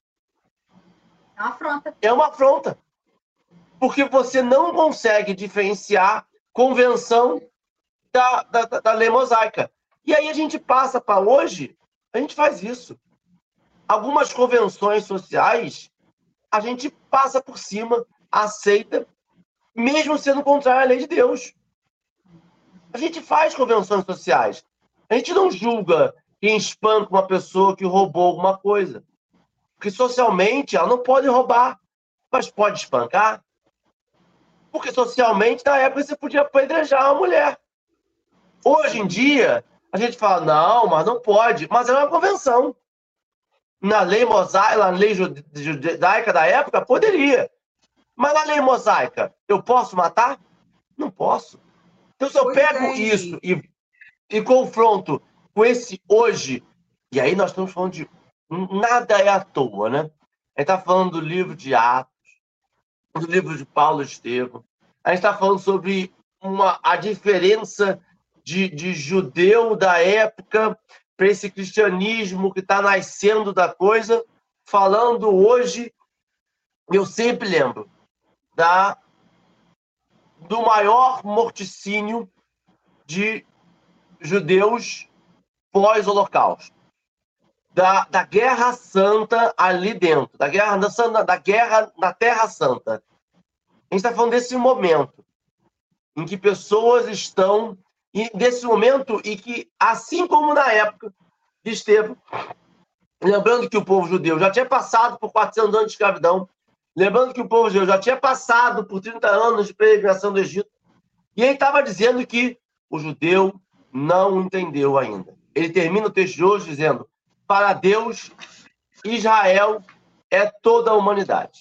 é uma afronta. Porque você não consegue diferenciar convenção da lei mosaica. E aí a gente passa para hoje, a gente faz isso. Algumas convenções sociais, a gente passa por cima, aceita, mesmo sendo contrário à lei de Deus. A gente faz convenções sociais. A gente não julga quem espanca uma pessoa que roubou alguma coisa. Porque socialmente ela não pode roubar, mas pode espancar. Porque socialmente, na época, você podia apedrejar uma mulher. Hoje em dia, a gente fala, não, mas não pode. Mas era uma convenção. Na lei mosaica, na lei judaica da época, poderia. Mas na lei mosaica, eu posso matar? Não posso. Então, se eu pego isso e confronto com esse hoje, e aí nós estamos falando de... Nada é à toa, né? A gente está falando do livro de Atos, do livro de Paulo e Estevão. A gente está falando sobre a diferença de judeu da época para esse cristianismo que está nascendo da coisa. Falando hoje, eu sempre lembro do maior morticínio de judeus pós-holocausto. Da Guerra Santa ali dentro, da guerra na Terra Santa. A gente está falando desse momento em que pessoas estão, e desse momento e que, assim como na época de Estevão, lembrando que o povo judeu já tinha passado por 400 anos de escravidão, lembrando que o povo judeu já tinha passado por 30 anos de peregrinação do Egito, e ele estava dizendo que o judeu não entendeu ainda. Ele termina o texto de hoje dizendo, para Deus, Israel é toda a humanidade.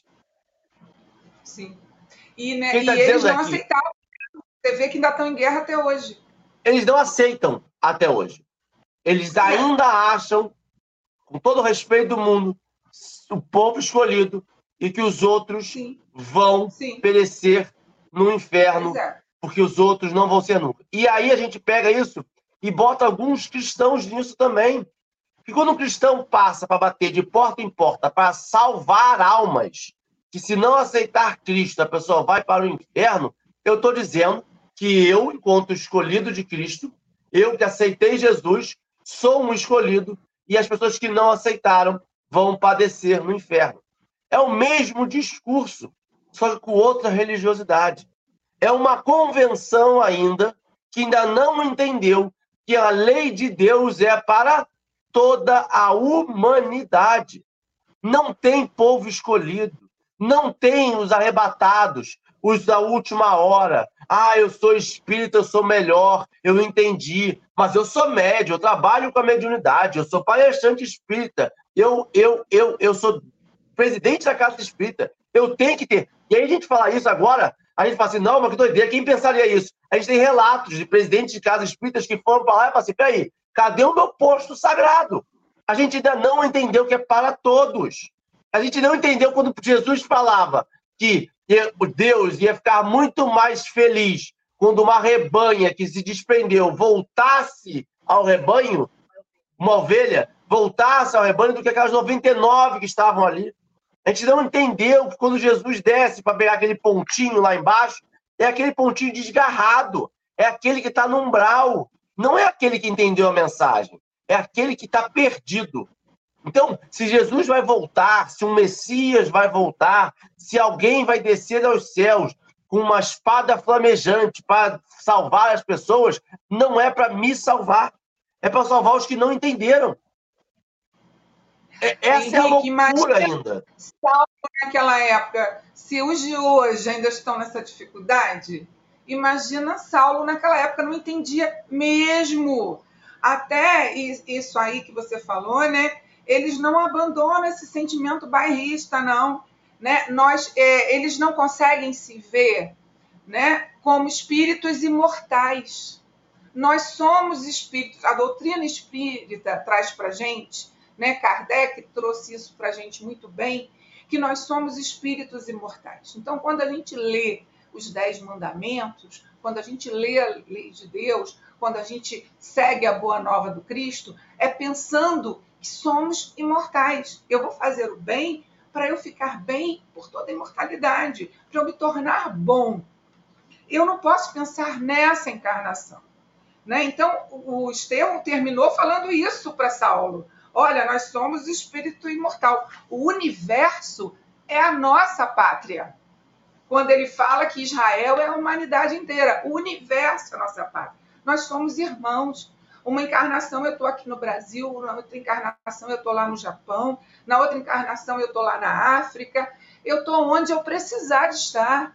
Sim. E, né,
Quem está
eles
dizendo
não
aqui?
aceitavam. Você vê que ainda estão em guerra até hoje.
Eles não aceitam até hoje. Eles ainda acham, com todo o respeito do mundo, o povo escolhido e que os outros
Sim.
vão
Sim.
perecer no inferno,
Pois é.
porque os outros não vão ser nunca. E aí a gente pega isso e bota alguns cristãos nisso também. E quando um cristão passa para bater de porta em porta para salvar almas, que se não aceitar Cristo, a pessoa vai para o inferno, eu estou dizendo que eu, enquanto escolhido de Cristo, eu que aceitei Jesus, sou um escolhido, e as pessoas que não aceitaram vão padecer no inferno. É o mesmo discurso, só que com outra religiosidade. É uma convenção ainda que ainda não entendeu que a lei de Deus é para toda a humanidade. Não tem povo escolhido, não tem os arrebatados, os da última hora. Ah, eu sou espírita, eu sou melhor, eu entendi, mas eu sou médio, eu trabalho com a mediunidade, eu sou palestrante espírita, eu sou presidente da Casa Espírita, eu tenho que ter. E aí a gente fala isso agora, a gente fala assim, não, mas que doideira, quem pensaria isso? A gente tem relatos de presidentes de casas espíritas que foram para lá e falaram assim, peraí, cadê o meu posto sagrado? A gente ainda não entendeu que é para todos. A gente não entendeu quando Jesus falava que Deus ia ficar muito mais feliz quando uma rebanha que se desprendeu voltasse ao rebanho, uma ovelha voltasse ao rebanho, do que aquelas 99 que estavam ali. A gente não entendeu que quando Jesus desce para pegar aquele pontinho lá embaixo, é aquele pontinho desgarrado, é aquele que está no umbral, não é aquele que entendeu a mensagem, é aquele que está perdido. Então, se Jesus vai voltar, se um Messias vai voltar, se alguém vai descer aos céus com uma espada flamejante para salvar as pessoas, não é para me salvar, é para salvar os que não entenderam. Essa é a
Henrique,
loucura ainda.
Saulo naquela época, se os de hoje ainda estão nessa dificuldade, imagina Saulo naquela época, não entendia mesmo. Até isso aí que você falou, né? Eles não abandonam esse sentimento bairrista, não. Né? Eles não conseguem se ver, né, como espíritos imortais. Nós somos espíritos. A doutrina espírita traz para a gente, né, Kardec trouxe isso para a gente muito bem, que nós somos espíritos imortais. Então, quando a gente lê os 10 mandamentos, quando a gente lê a lei de Deus, quando a gente segue a boa nova do Cristo, é pensando que somos imortais. Eu vou fazer o bem para eu ficar bem por toda a imortalidade, para eu me tornar bom. Eu não posso pensar nessa encarnação. Né? Então, o Estevão terminou falando isso para Saulo. Olha, nós somos espírito imortal. O universo é a nossa pátria. Quando ele fala que Israel é a humanidade inteira, o universo é a nossa pátria. Nós somos irmãos. Uma encarnação eu estou aqui no Brasil, na outra encarnação eu estou lá no Japão, na outra encarnação eu estou lá na África. Eu estou onde eu precisar de estar.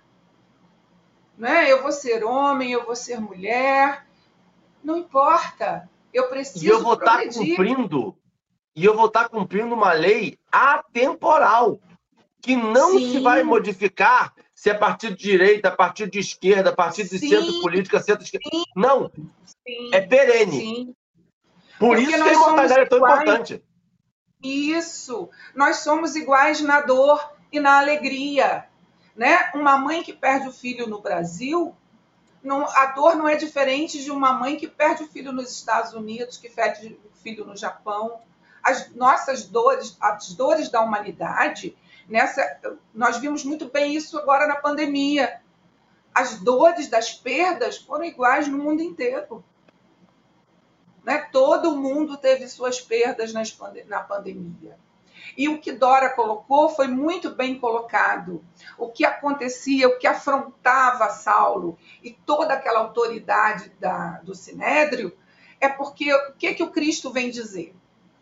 Né? Eu vou ser homem, eu vou ser mulher, não importa. Eu preciso progredir.
E eu vou estar cumprindo uma lei atemporal, que não se vai modificar se é partido de direita, partido de esquerda, partido de centro política, centro-esquerda. Não. É perene.
Sim.
Por
Porque
isso que a imortalidade é tão importante.
Isso. Nós somos iguais na dor e na alegria. Né? Uma mãe que perde o filho no Brasil, a dor não é diferente de uma mãe que perde o filho nos Estados Unidos, que perde o filho no Japão. As nossas dores, as dores da humanidade, nós vimos muito bem isso agora na pandemia. As dores das perdas foram iguais no mundo inteiro. Né? Todo mundo teve suas perdas na pandemia. E o que Dora colocou foi muito bem colocado. O que acontecia, o que afrontava Saulo e toda aquela autoridade do Sinédrio, é porque o que o Cristo vem dizer?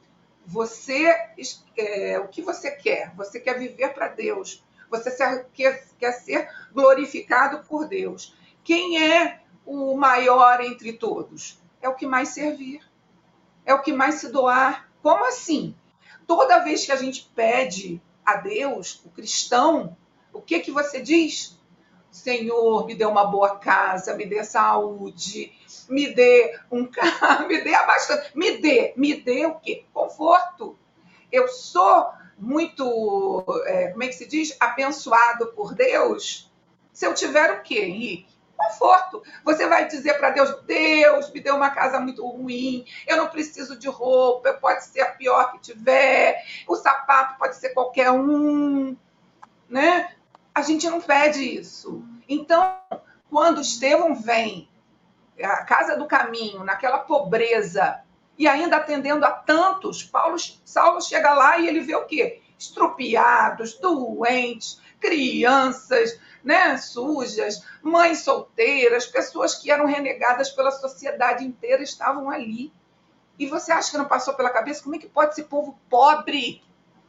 O que você quer? Você quer viver para Deus. Você quer ser glorificado por Deus. Quem é o maior entre todos? É o que mais servir. É o que mais se doar. Como assim? Toda vez que a gente pede a Deus, o cristão, o que você diz? Senhor, me dê uma boa casa, me dê saúde, me dê um carro, me dê abastecimento, me dê o quê? Conforto. Eu sou muito, como é que se diz? Abençoado por Deus. Se eu tiver o quê, Henrique? Conforto. Você vai dizer para Deus, Deus, me deu uma casa muito ruim, eu não preciso de roupa, pode ser a pior que tiver, o sapato pode ser qualquer um, né? A gente não pede isso. Então, quando Estevão vem à casa do caminho, naquela pobreza, e ainda atendendo a tantos, Saulo chega lá e ele vê o quê? Estrupiados, doentes, crianças, né, sujas, mães solteiras, pessoas que eram renegadas pela sociedade inteira estavam ali. E você acha que não passou pela cabeça? Como é que pode esse povo pobre?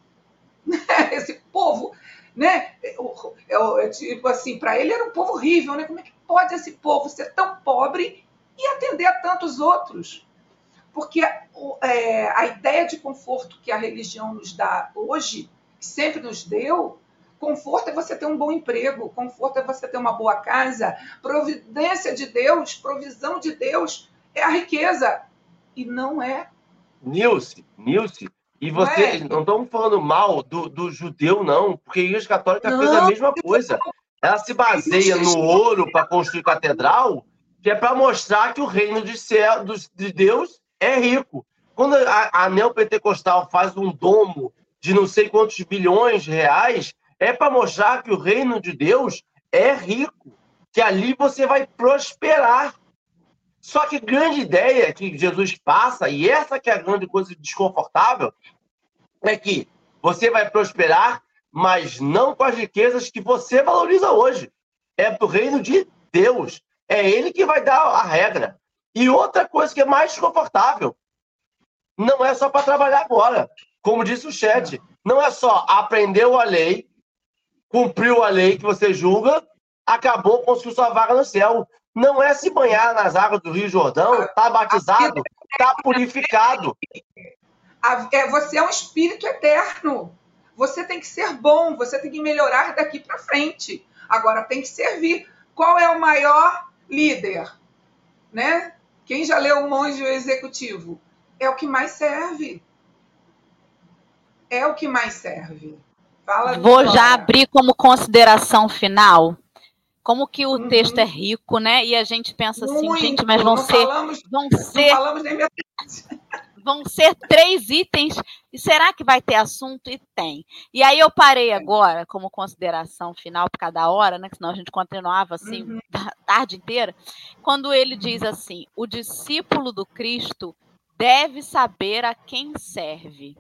Esse povo, né? Tipo assim, para ele era um povo horrível, né? Como é que pode esse povo ser tão pobre e atender a tantos outros? Porque a ideia de conforto que a religião nos dá hoje, que sempre nos deu, conforto é você ter um bom emprego, conforto é você ter uma boa casa, providência de Deus, provisão de Deus é a riqueza. E não é.
Nilce, e você, não estamos falando mal do judeu, não, porque a Igreja Católica fez a mesma coisa. Ela se baseia no ouro para construir catedral, que é para mostrar que o reino de Deus é rico. Quando a neopentecostal faz um domo de não sei quantos bilhões de reais, é para mostrar que o reino de Deus é rico, que ali você vai prosperar. Só que a grande ideia que Jesus passa, e essa que é a grande coisa desconfortável, é que você vai prosperar, mas não com as riquezas que você valoriza hoje. É do reino de Deus. É Ele que vai dar a regra. E outra coisa que é mais desconfortável, não é só para trabalhar agora. Como disse o chat, não é só aprendeu a lei, cumpriu a lei que você julga, acabou, conseguiu sua vaga no céu. Não é se banhar nas águas do Rio Jordão, tá batizado, tá purificado.
Você é um espírito eterno. Você tem que ser bom, você tem que melhorar daqui para frente. Agora tem que servir. Qual é o maior líder? Né? Quem já leu O Monge Executivo? É o que mais serve. É o que mais serve. Fala,
Vou já abrir como consideração final. Como que o texto é rico, né? E a gente pensa assim, muito, gente, mas vão ser 3 itens. E será que vai ter assunto? E tem. E aí eu parei agora, como consideração final por cada hora, né? Senão a gente continuava assim a tarde inteira. Quando ele diz assim: o discípulo do Cristo deve saber a quem serve.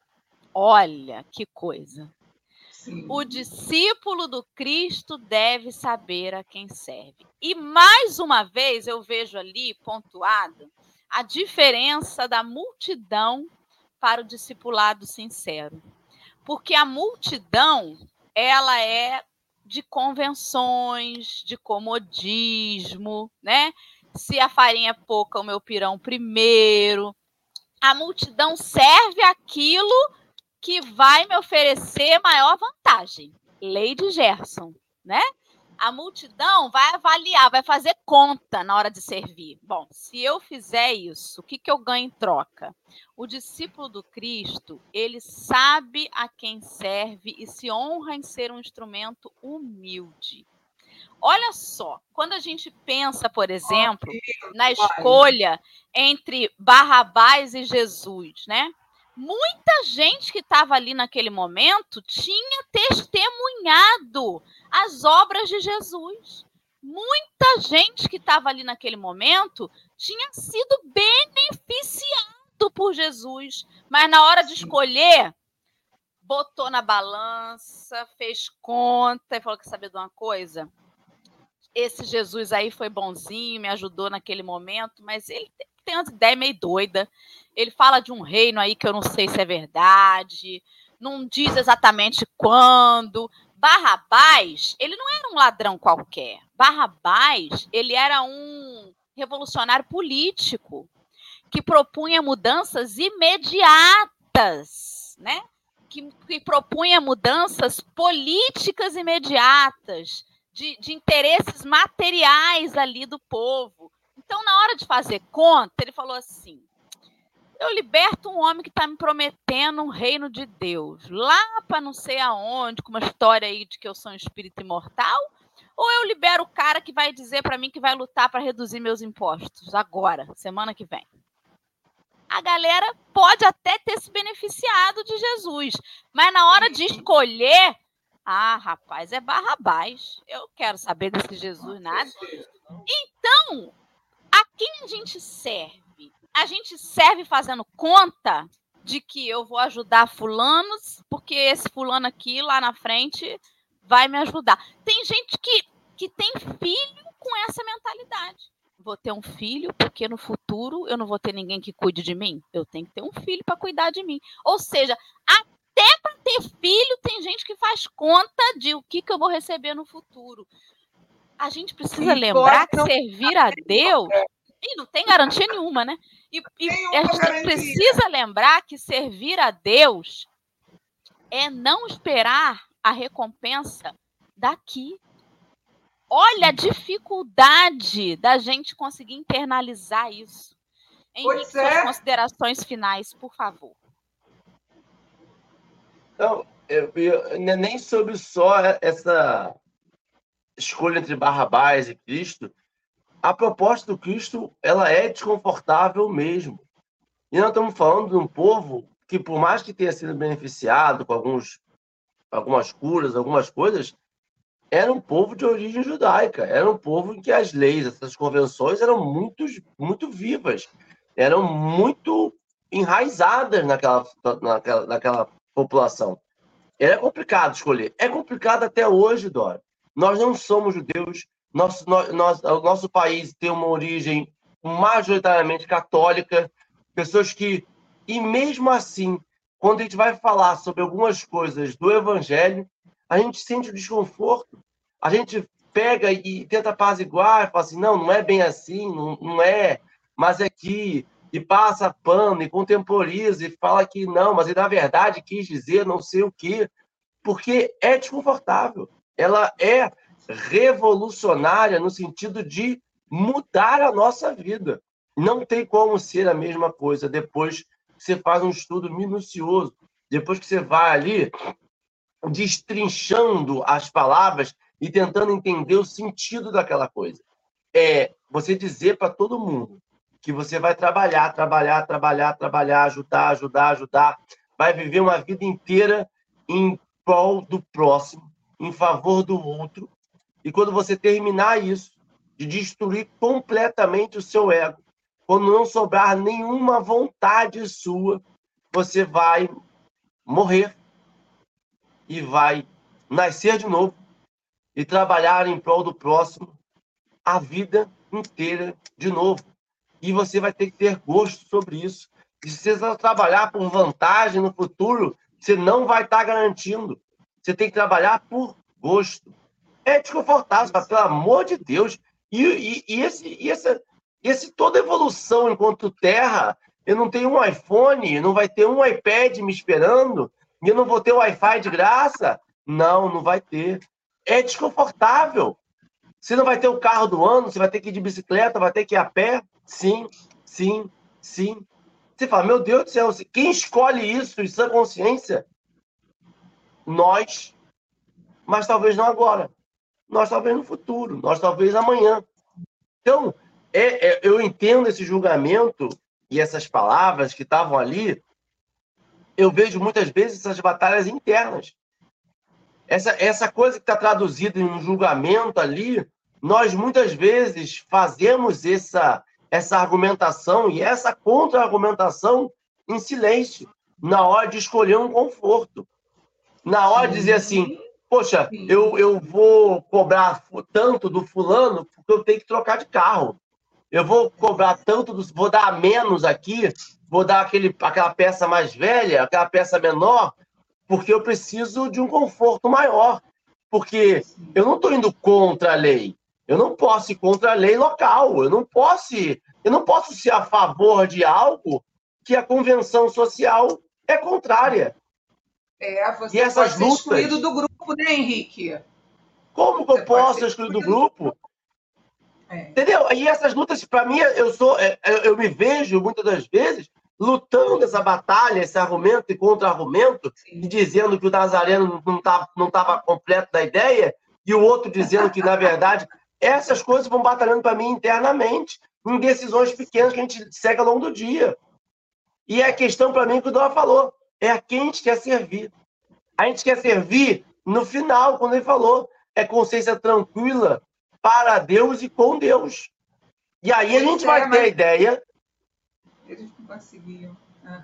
Olha que coisa. O discípulo do Cristo deve saber a quem serve. E mais uma vez eu vejo ali pontuado a diferença da multidão para o discipulado sincero. Porque a multidão, ela é de convenções, de comodismo, né? Se a farinha é pouca, o meu pirão primeiro. A multidão serve aquilo que vai me oferecer maior vantagem. Lei de Gerson, né? A multidão vai avaliar, vai fazer conta na hora de servir. Bom, se eu fizer isso, o que eu ganho em troca? O discípulo do Cristo, ele sabe a quem serve e se honra em ser um instrumento humilde. Olha só, quando a gente pensa, por exemplo, na escolha entre Barrabás e Jesus, né? Muita gente que estava ali naquele momento tinha testemunhado as obras de Jesus. Muita gente que estava ali naquele momento tinha sido beneficiado por Jesus. Mas na hora de escolher, botou na balança, fez conta e falou: quer saber de uma coisa? Esse Jesus aí foi bonzinho, me ajudou naquele momento, mas ele tem umas ideias meio doidas. Ele fala de um reino aí que eu não sei se é verdade, não diz exatamente quando. Barrabás, ele não era um ladrão qualquer. Barrabás, ele era um revolucionário político que propunha mudanças imediatas, né? Que propunha mudanças políticas imediatas, de interesses materiais ali do povo. Então, na hora de fazer conta, ele falou assim: eu liberto um homem que está me prometendo um reino de Deus, lá para não sei aonde, com uma história aí de que eu sou um espírito imortal, ou eu libero o cara que vai dizer para mim que vai lutar para reduzir meus impostos agora, semana que vem. A galera pode até ter se beneficiado de Jesus, mas na hora de escolher, rapaz, é Barrabás. Eu quero saber desse Jesus nada. Então, a quem a gente serve? A gente serve fazendo conta de que eu vou ajudar fulanos, porque esse fulano aqui, lá na frente, vai me ajudar. Tem gente que tem filho com essa mentalidade. Vou ter um filho, porque no futuro eu não vou ter ninguém que cuide de mim. Eu tenho que ter um filho para cuidar de mim. Ou seja, até para ter filho, tem gente que faz conta de o que eu vou receber no futuro. A gente precisa lembrar que servir a Deus... E não tem garantia nenhuma, né? E a gente precisa lembrar que servir a Deus é não esperar a recompensa daqui. Olha a dificuldade da gente conseguir internalizar isso. Henrique, suas considerações finais, por favor.
Então, nem sobre só essa escolha entre Barrabás e Cristo. A proposta do Cristo, ela é desconfortável mesmo. E nós estamos falando de um povo que, por mais que tenha sido beneficiado com algumas curas, algumas coisas, era um povo de origem judaica. Era um povo em que as leis, essas convenções eram muito vivas, eram muito enraizadas naquela população. Era complicado escolher. É complicado até hoje, Dora. Nós não somos judeus. O nosso país tem uma origem majoritariamente católica, pessoas que... E mesmo assim, quando a gente vai falar sobre algumas coisas do Evangelho, a gente sente o desconforto. A gente pega e tenta apaziguar, fala assim, não é bem assim, não é, mas é que... E passa pano, e contemporiza, e fala que não, mas ele, na verdade, quis dizer não sei o quê, porque é desconfortável. Ela é revolucionária no sentido de mudar a nossa vida. Não tem como ser a mesma coisa depois que você faz um estudo minucioso, depois que você vai ali destrinchando as palavras e tentando entender o sentido daquela coisa. É você dizer para todo mundo que você vai trabalhar, ajudar, vai viver uma vida inteira em prol do próximo, em favor do outro. E quando você terminar isso, de destruir completamente o seu ego, quando não sobrar nenhuma vontade sua, você vai morrer e vai nascer de novo e trabalhar em prol do próximo a vida inteira de novo. E você vai ter que ter gosto sobre isso. E se você vai trabalhar por vantagem no futuro, você não vai estar garantindo. Você tem que trabalhar por gosto. É desconfortável, mas, pelo amor de Deus. E esse toda evolução enquanto terra, eu não tenho um iPhone, não vai ter um iPad me esperando, e eu não vou ter Wi-Fi de graça. Não vai ter. É desconfortável. Você não vai ter o carro do ano, você vai ter que ir de bicicleta, vai ter que ir a pé. Sim. Você fala, meu Deus do céu, quem escolhe isso em sã consciência? Nós. Mas talvez não agora. Nós talvez no futuro. Nós talvez amanhã. Então, eu entendo esse julgamento e essas palavras que estavam ali. Eu vejo muitas vezes essas batalhas internas. Essa coisa que está traduzida em um julgamento ali, nós muitas vezes fazemos essa argumentação e essa contra-argumentação em silêncio, na hora de escolher um conforto. Na hora de dizer assim, poxa, eu vou cobrar tanto do fulano porque eu tenho que trocar de carro. Eu vou cobrar tanto, vou dar menos aqui, vou dar aquela peça mais velha, aquela peça menor, porque eu preciso de um conforto maior. Porque eu não estou indo contra a lei. Eu não posso ir contra a lei local. Eu não posso ir Eu não posso ser a favor de algo que a convenção social é contrária.
Você
E essas
pode ser
lutas...
excluído do grupo, né, Henrique?
Como que eu posso ser excluído do grupo? Entendeu? E essas lutas, para mim, eu me vejo, muitas das vezes, lutando essa batalha, esse argumento e contra-argumento, e dizendo que o Nazareno não estava completo da ideia, e o outro dizendo que, na verdade, essas coisas vão batalhando para mim internamente, em decisões pequenas que a gente segue ao longo do dia. E a questão, para mim, que o Dó falou, é a quem a gente quer servir. A gente quer servir no final, quando ele falou, é consciência tranquila para Deus e com Deus. E aí a gente vai ter a ideia...
Eles não conseguiam.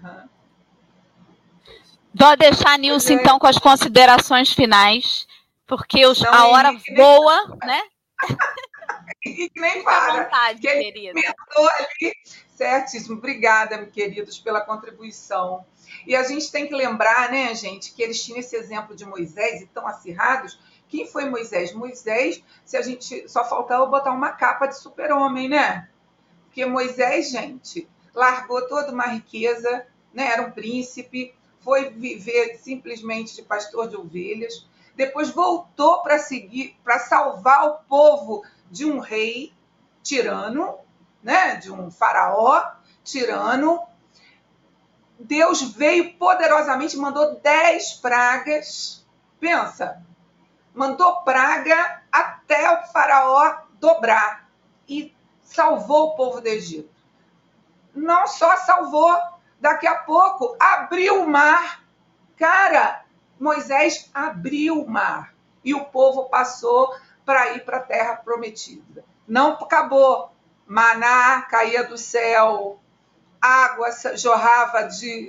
Vou deixar a Nilce, então, com as considerações finais, porque a hora voa, né?
E nem para.
Vontade, querida.
Ali. Certíssimo. Obrigada, queridos, pela contribuição. E a gente tem que lembrar, né, gente, que eles tinham esse exemplo de Moisés e tão acirrados. Quem foi Moisés? Moisés, se a gente só faltava botar uma capa de super-homem, né? Porque Moisés, gente, largou toda uma riqueza, né? Era um príncipe, foi viver simplesmente de pastor de ovelhas, depois voltou para salvar o povo de um rei tirano, né? De um faraó tirano. Deus veio poderosamente, mandou 10 pragas. Pensa, mandou praga até o faraó dobrar e salvou o povo do Egito. Não só salvou, daqui a pouco abriu o mar. Cara, Moisés abriu o mar e o povo passou para ir para a terra prometida. Não acabou. Maná caía do céu, água jorrava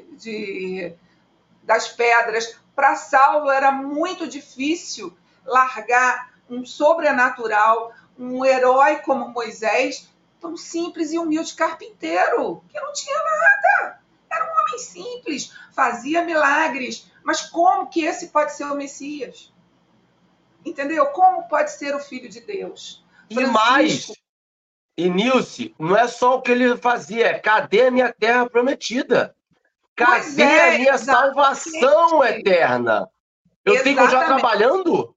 das pedras. Para Saulo era muito difícil largar um sobrenatural, um herói como Moisés, tão simples e humilde carpinteiro, que não tinha nada. Era um homem simples, fazia milagres. Mas como que esse pode ser o Messias? Entendeu? Como pode ser o Filho de Deus?
E mais, e Nilce, não é só o que ele fazia, cadê a minha terra prometida? Cadê a minha salvação eterna? Eu tenho que continuar trabalhando?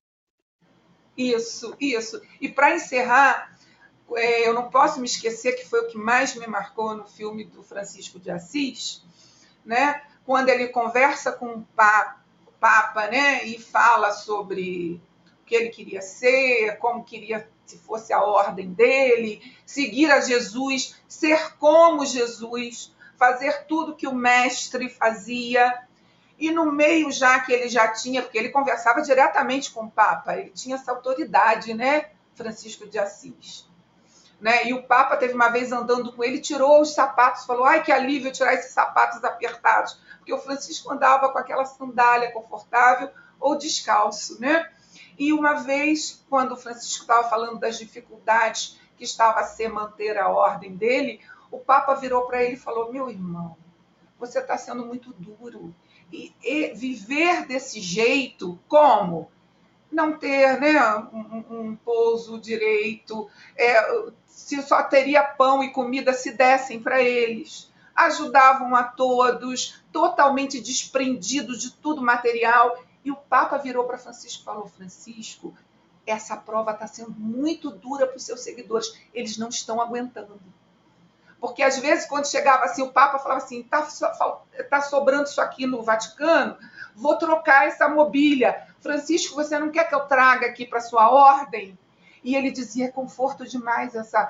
Isso. E para encerrar, eu não posso me esquecer que foi o que mais me marcou no filme do Francisco de Assis, né? Quando ele conversa com o Papa, né? E fala sobre o que ele queria ser, como queria, se fosse a ordem dele, seguir a Jesus, ser como Jesus, fazer tudo que o mestre fazia. E no meio já que ele já tinha, porque ele conversava diretamente com o Papa, ele tinha essa autoridade, né? Francisco de Assis. Né? E o Papa teve uma vez andando com ele, tirou os sapatos, falou, ai, que alívio tirar esses sapatos apertados, porque o Francisco andava com aquela sandália confortável ou descalço, né? E uma vez, quando o Francisco estava falando das dificuldades que estava a ser manter a ordem dele, o Papa virou para ele e falou, meu irmão, você está sendo muito duro. E viver desse jeito, como? Não ter, né, um pouso direito, se só teria pão e comida se dessem para eles. Ajudavam a todos, totalmente desprendidos de tudo material. E o Papa virou para Francisco e falou, Francisco, essa prova está sendo muito dura para os seus seguidores. Eles não estão aguentando. Porque, às vezes, quando chegava assim, o Papa falava assim, tá sobrando isso aqui no Vaticano, vou trocar essa mobília. Francisco, você não quer que eu traga aqui para sua ordem? E ele dizia, é conforto demais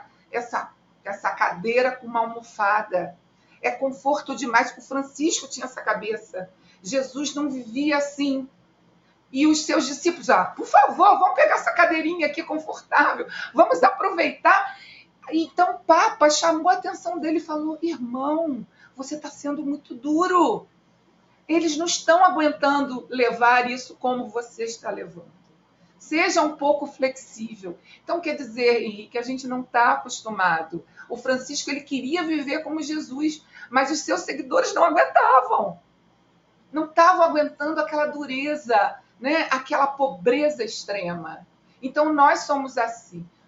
essa cadeira com uma almofada. É conforto demais. O Francisco tinha essa cabeça. Jesus não vivia assim. E os seus discípulos, por favor, vamos pegar essa cadeirinha aqui confortável, vamos aproveitar. Então o Papa chamou a atenção dele e falou, irmão, você está sendo muito duro. Eles não estão aguentando levar isso como você está levando. Seja um pouco flexível. Então, quer dizer, Henrique, a gente não está acostumado. O Francisco, ele queria viver como Jesus, mas os seus seguidores não aguentavam. Não estavam aguentando aquela dureza, né? Aquela pobreza extrema. Então, nós somos assim.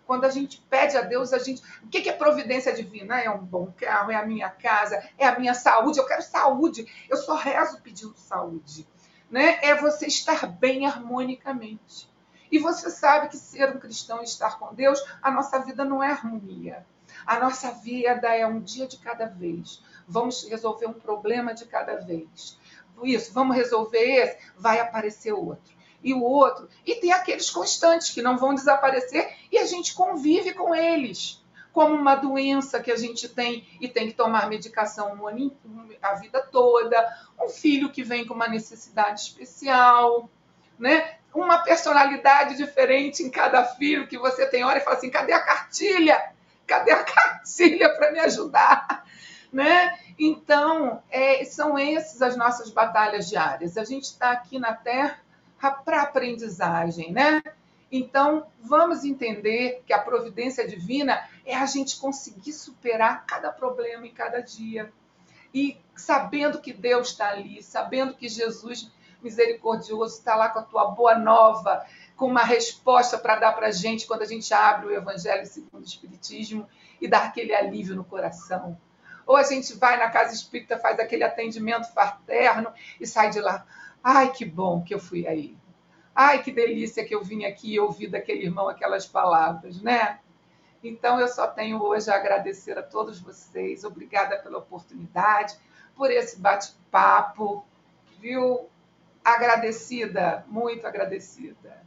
Quando a gente pede a Deus, o que é providência divina? É um bom carro, é a minha casa, é a minha saúde. Eu quero saúde. Eu só rezo pedindo saúde. Né? É você estar bem harmonicamente. E você sabe que ser um cristão e estar com Deus, a nossa vida não é harmonia. A nossa vida é um dia de cada vez. Vamos resolver um problema de cada vez. Isso, vamos resolver esse, vai aparecer outro. E o outro. E tem aqueles constantes que não vão desaparecer e a gente convive com eles. Como uma doença que a gente tem e tem que tomar medicação a vida toda. Um filho que vem com uma necessidade especial, né? Uma personalidade diferente em cada filho que você tem hora e fala assim, cadê a cartilha? Cadê a cartilha para me ajudar? Né? Então, são essas as nossas batalhas diárias. A gente está aqui na Terra para aprendizagem, né? Então, vamos entender que a providência divina é a gente conseguir superar cada problema em cada dia. E sabendo que Deus está ali, sabendo que Jesus misericordioso está lá com a tua boa nova, com uma resposta para dar para a gente quando a gente abre o Evangelho segundo o Espiritismo e dá aquele alívio no coração. Ou a gente vai na casa espírita, faz aquele atendimento fraterno e sai de lá. Ai, que bom que eu fui aí. Ai, que delícia que eu vim aqui e ouvi daquele irmão aquelas palavras, né? Então, eu só tenho hoje a agradecer a todos vocês. Obrigada pela oportunidade, por esse bate-papo, viu? Agradecida, muito agradecida.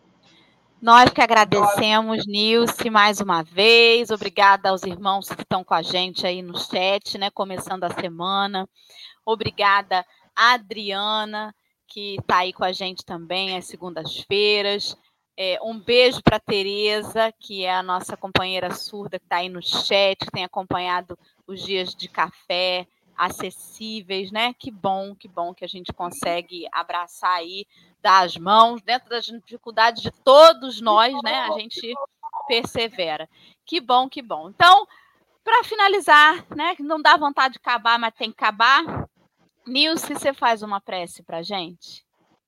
Nós que agradecemos, Nilce, mais uma vez. Obrigada aos irmãos que estão com a gente aí no chat, né? Começando a semana. Obrigada, Adriana, que está aí com a gente também às segundas-feiras. Um beijo para a Tereza, que é a nossa companheira surda, que está aí no chat, que tem acompanhado os dias de café acessíveis, né? Que bom que a gente consegue abraçar aí, dar as mãos, dentro das dificuldades de todos nós, né? A gente persevera. Que bom. Então, para finalizar, né? Não dá vontade de acabar, mas tem que acabar. Nilce, você faz uma prece para a gente?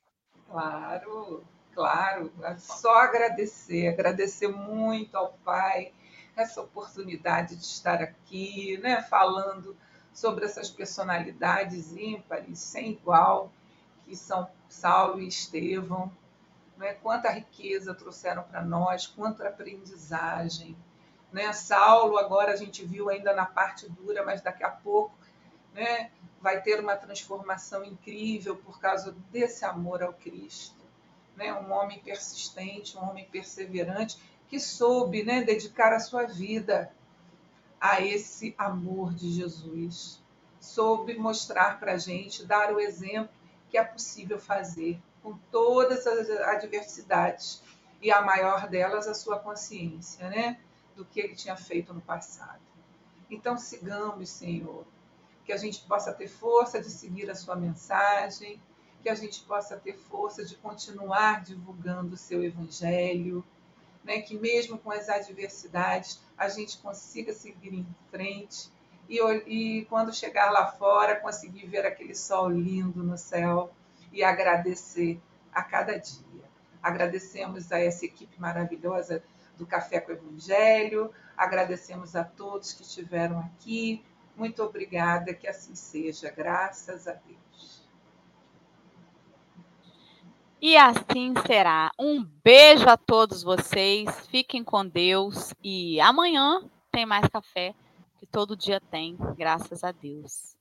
Claro. É só agradecer muito ao Pai essa oportunidade de estar aqui, né, falando sobre essas personalidades ímpares, sem igual, que são Saulo e Estevão. Né? Quanta riqueza trouxeram para nós, quanta aprendizagem. Né? Saulo, agora a gente viu ainda na parte dura, mas daqui a pouco, né, vai ter uma transformação incrível por causa desse amor ao Cristo. Né? Um homem persistente, um homem perseverante, que soube, né, dedicar a sua vida a esse amor de Jesus. Soube mostrar para a gente, dar o exemplo que é possível fazer com todas as adversidades, e a maior delas a sua consciência, né, do que ele tinha feito no passado. Então sigamos, Senhor, que a gente possa ter força de seguir a sua mensagem, que a gente possa ter força de continuar divulgando o seu evangelho, né? Que mesmo com as adversidades a gente consiga seguir em frente e quando chegar lá fora conseguir ver aquele sol lindo no céu e agradecer a cada dia. Agradecemos a essa equipe maravilhosa do Café com o Evangelho, agradecemos a todos que estiveram aqui. Muito obrigada, que assim seja, graças a Deus.
E assim será. Um beijo a todos vocês, fiquem com Deus e amanhã tem mais café, que todo dia tem, graças a Deus.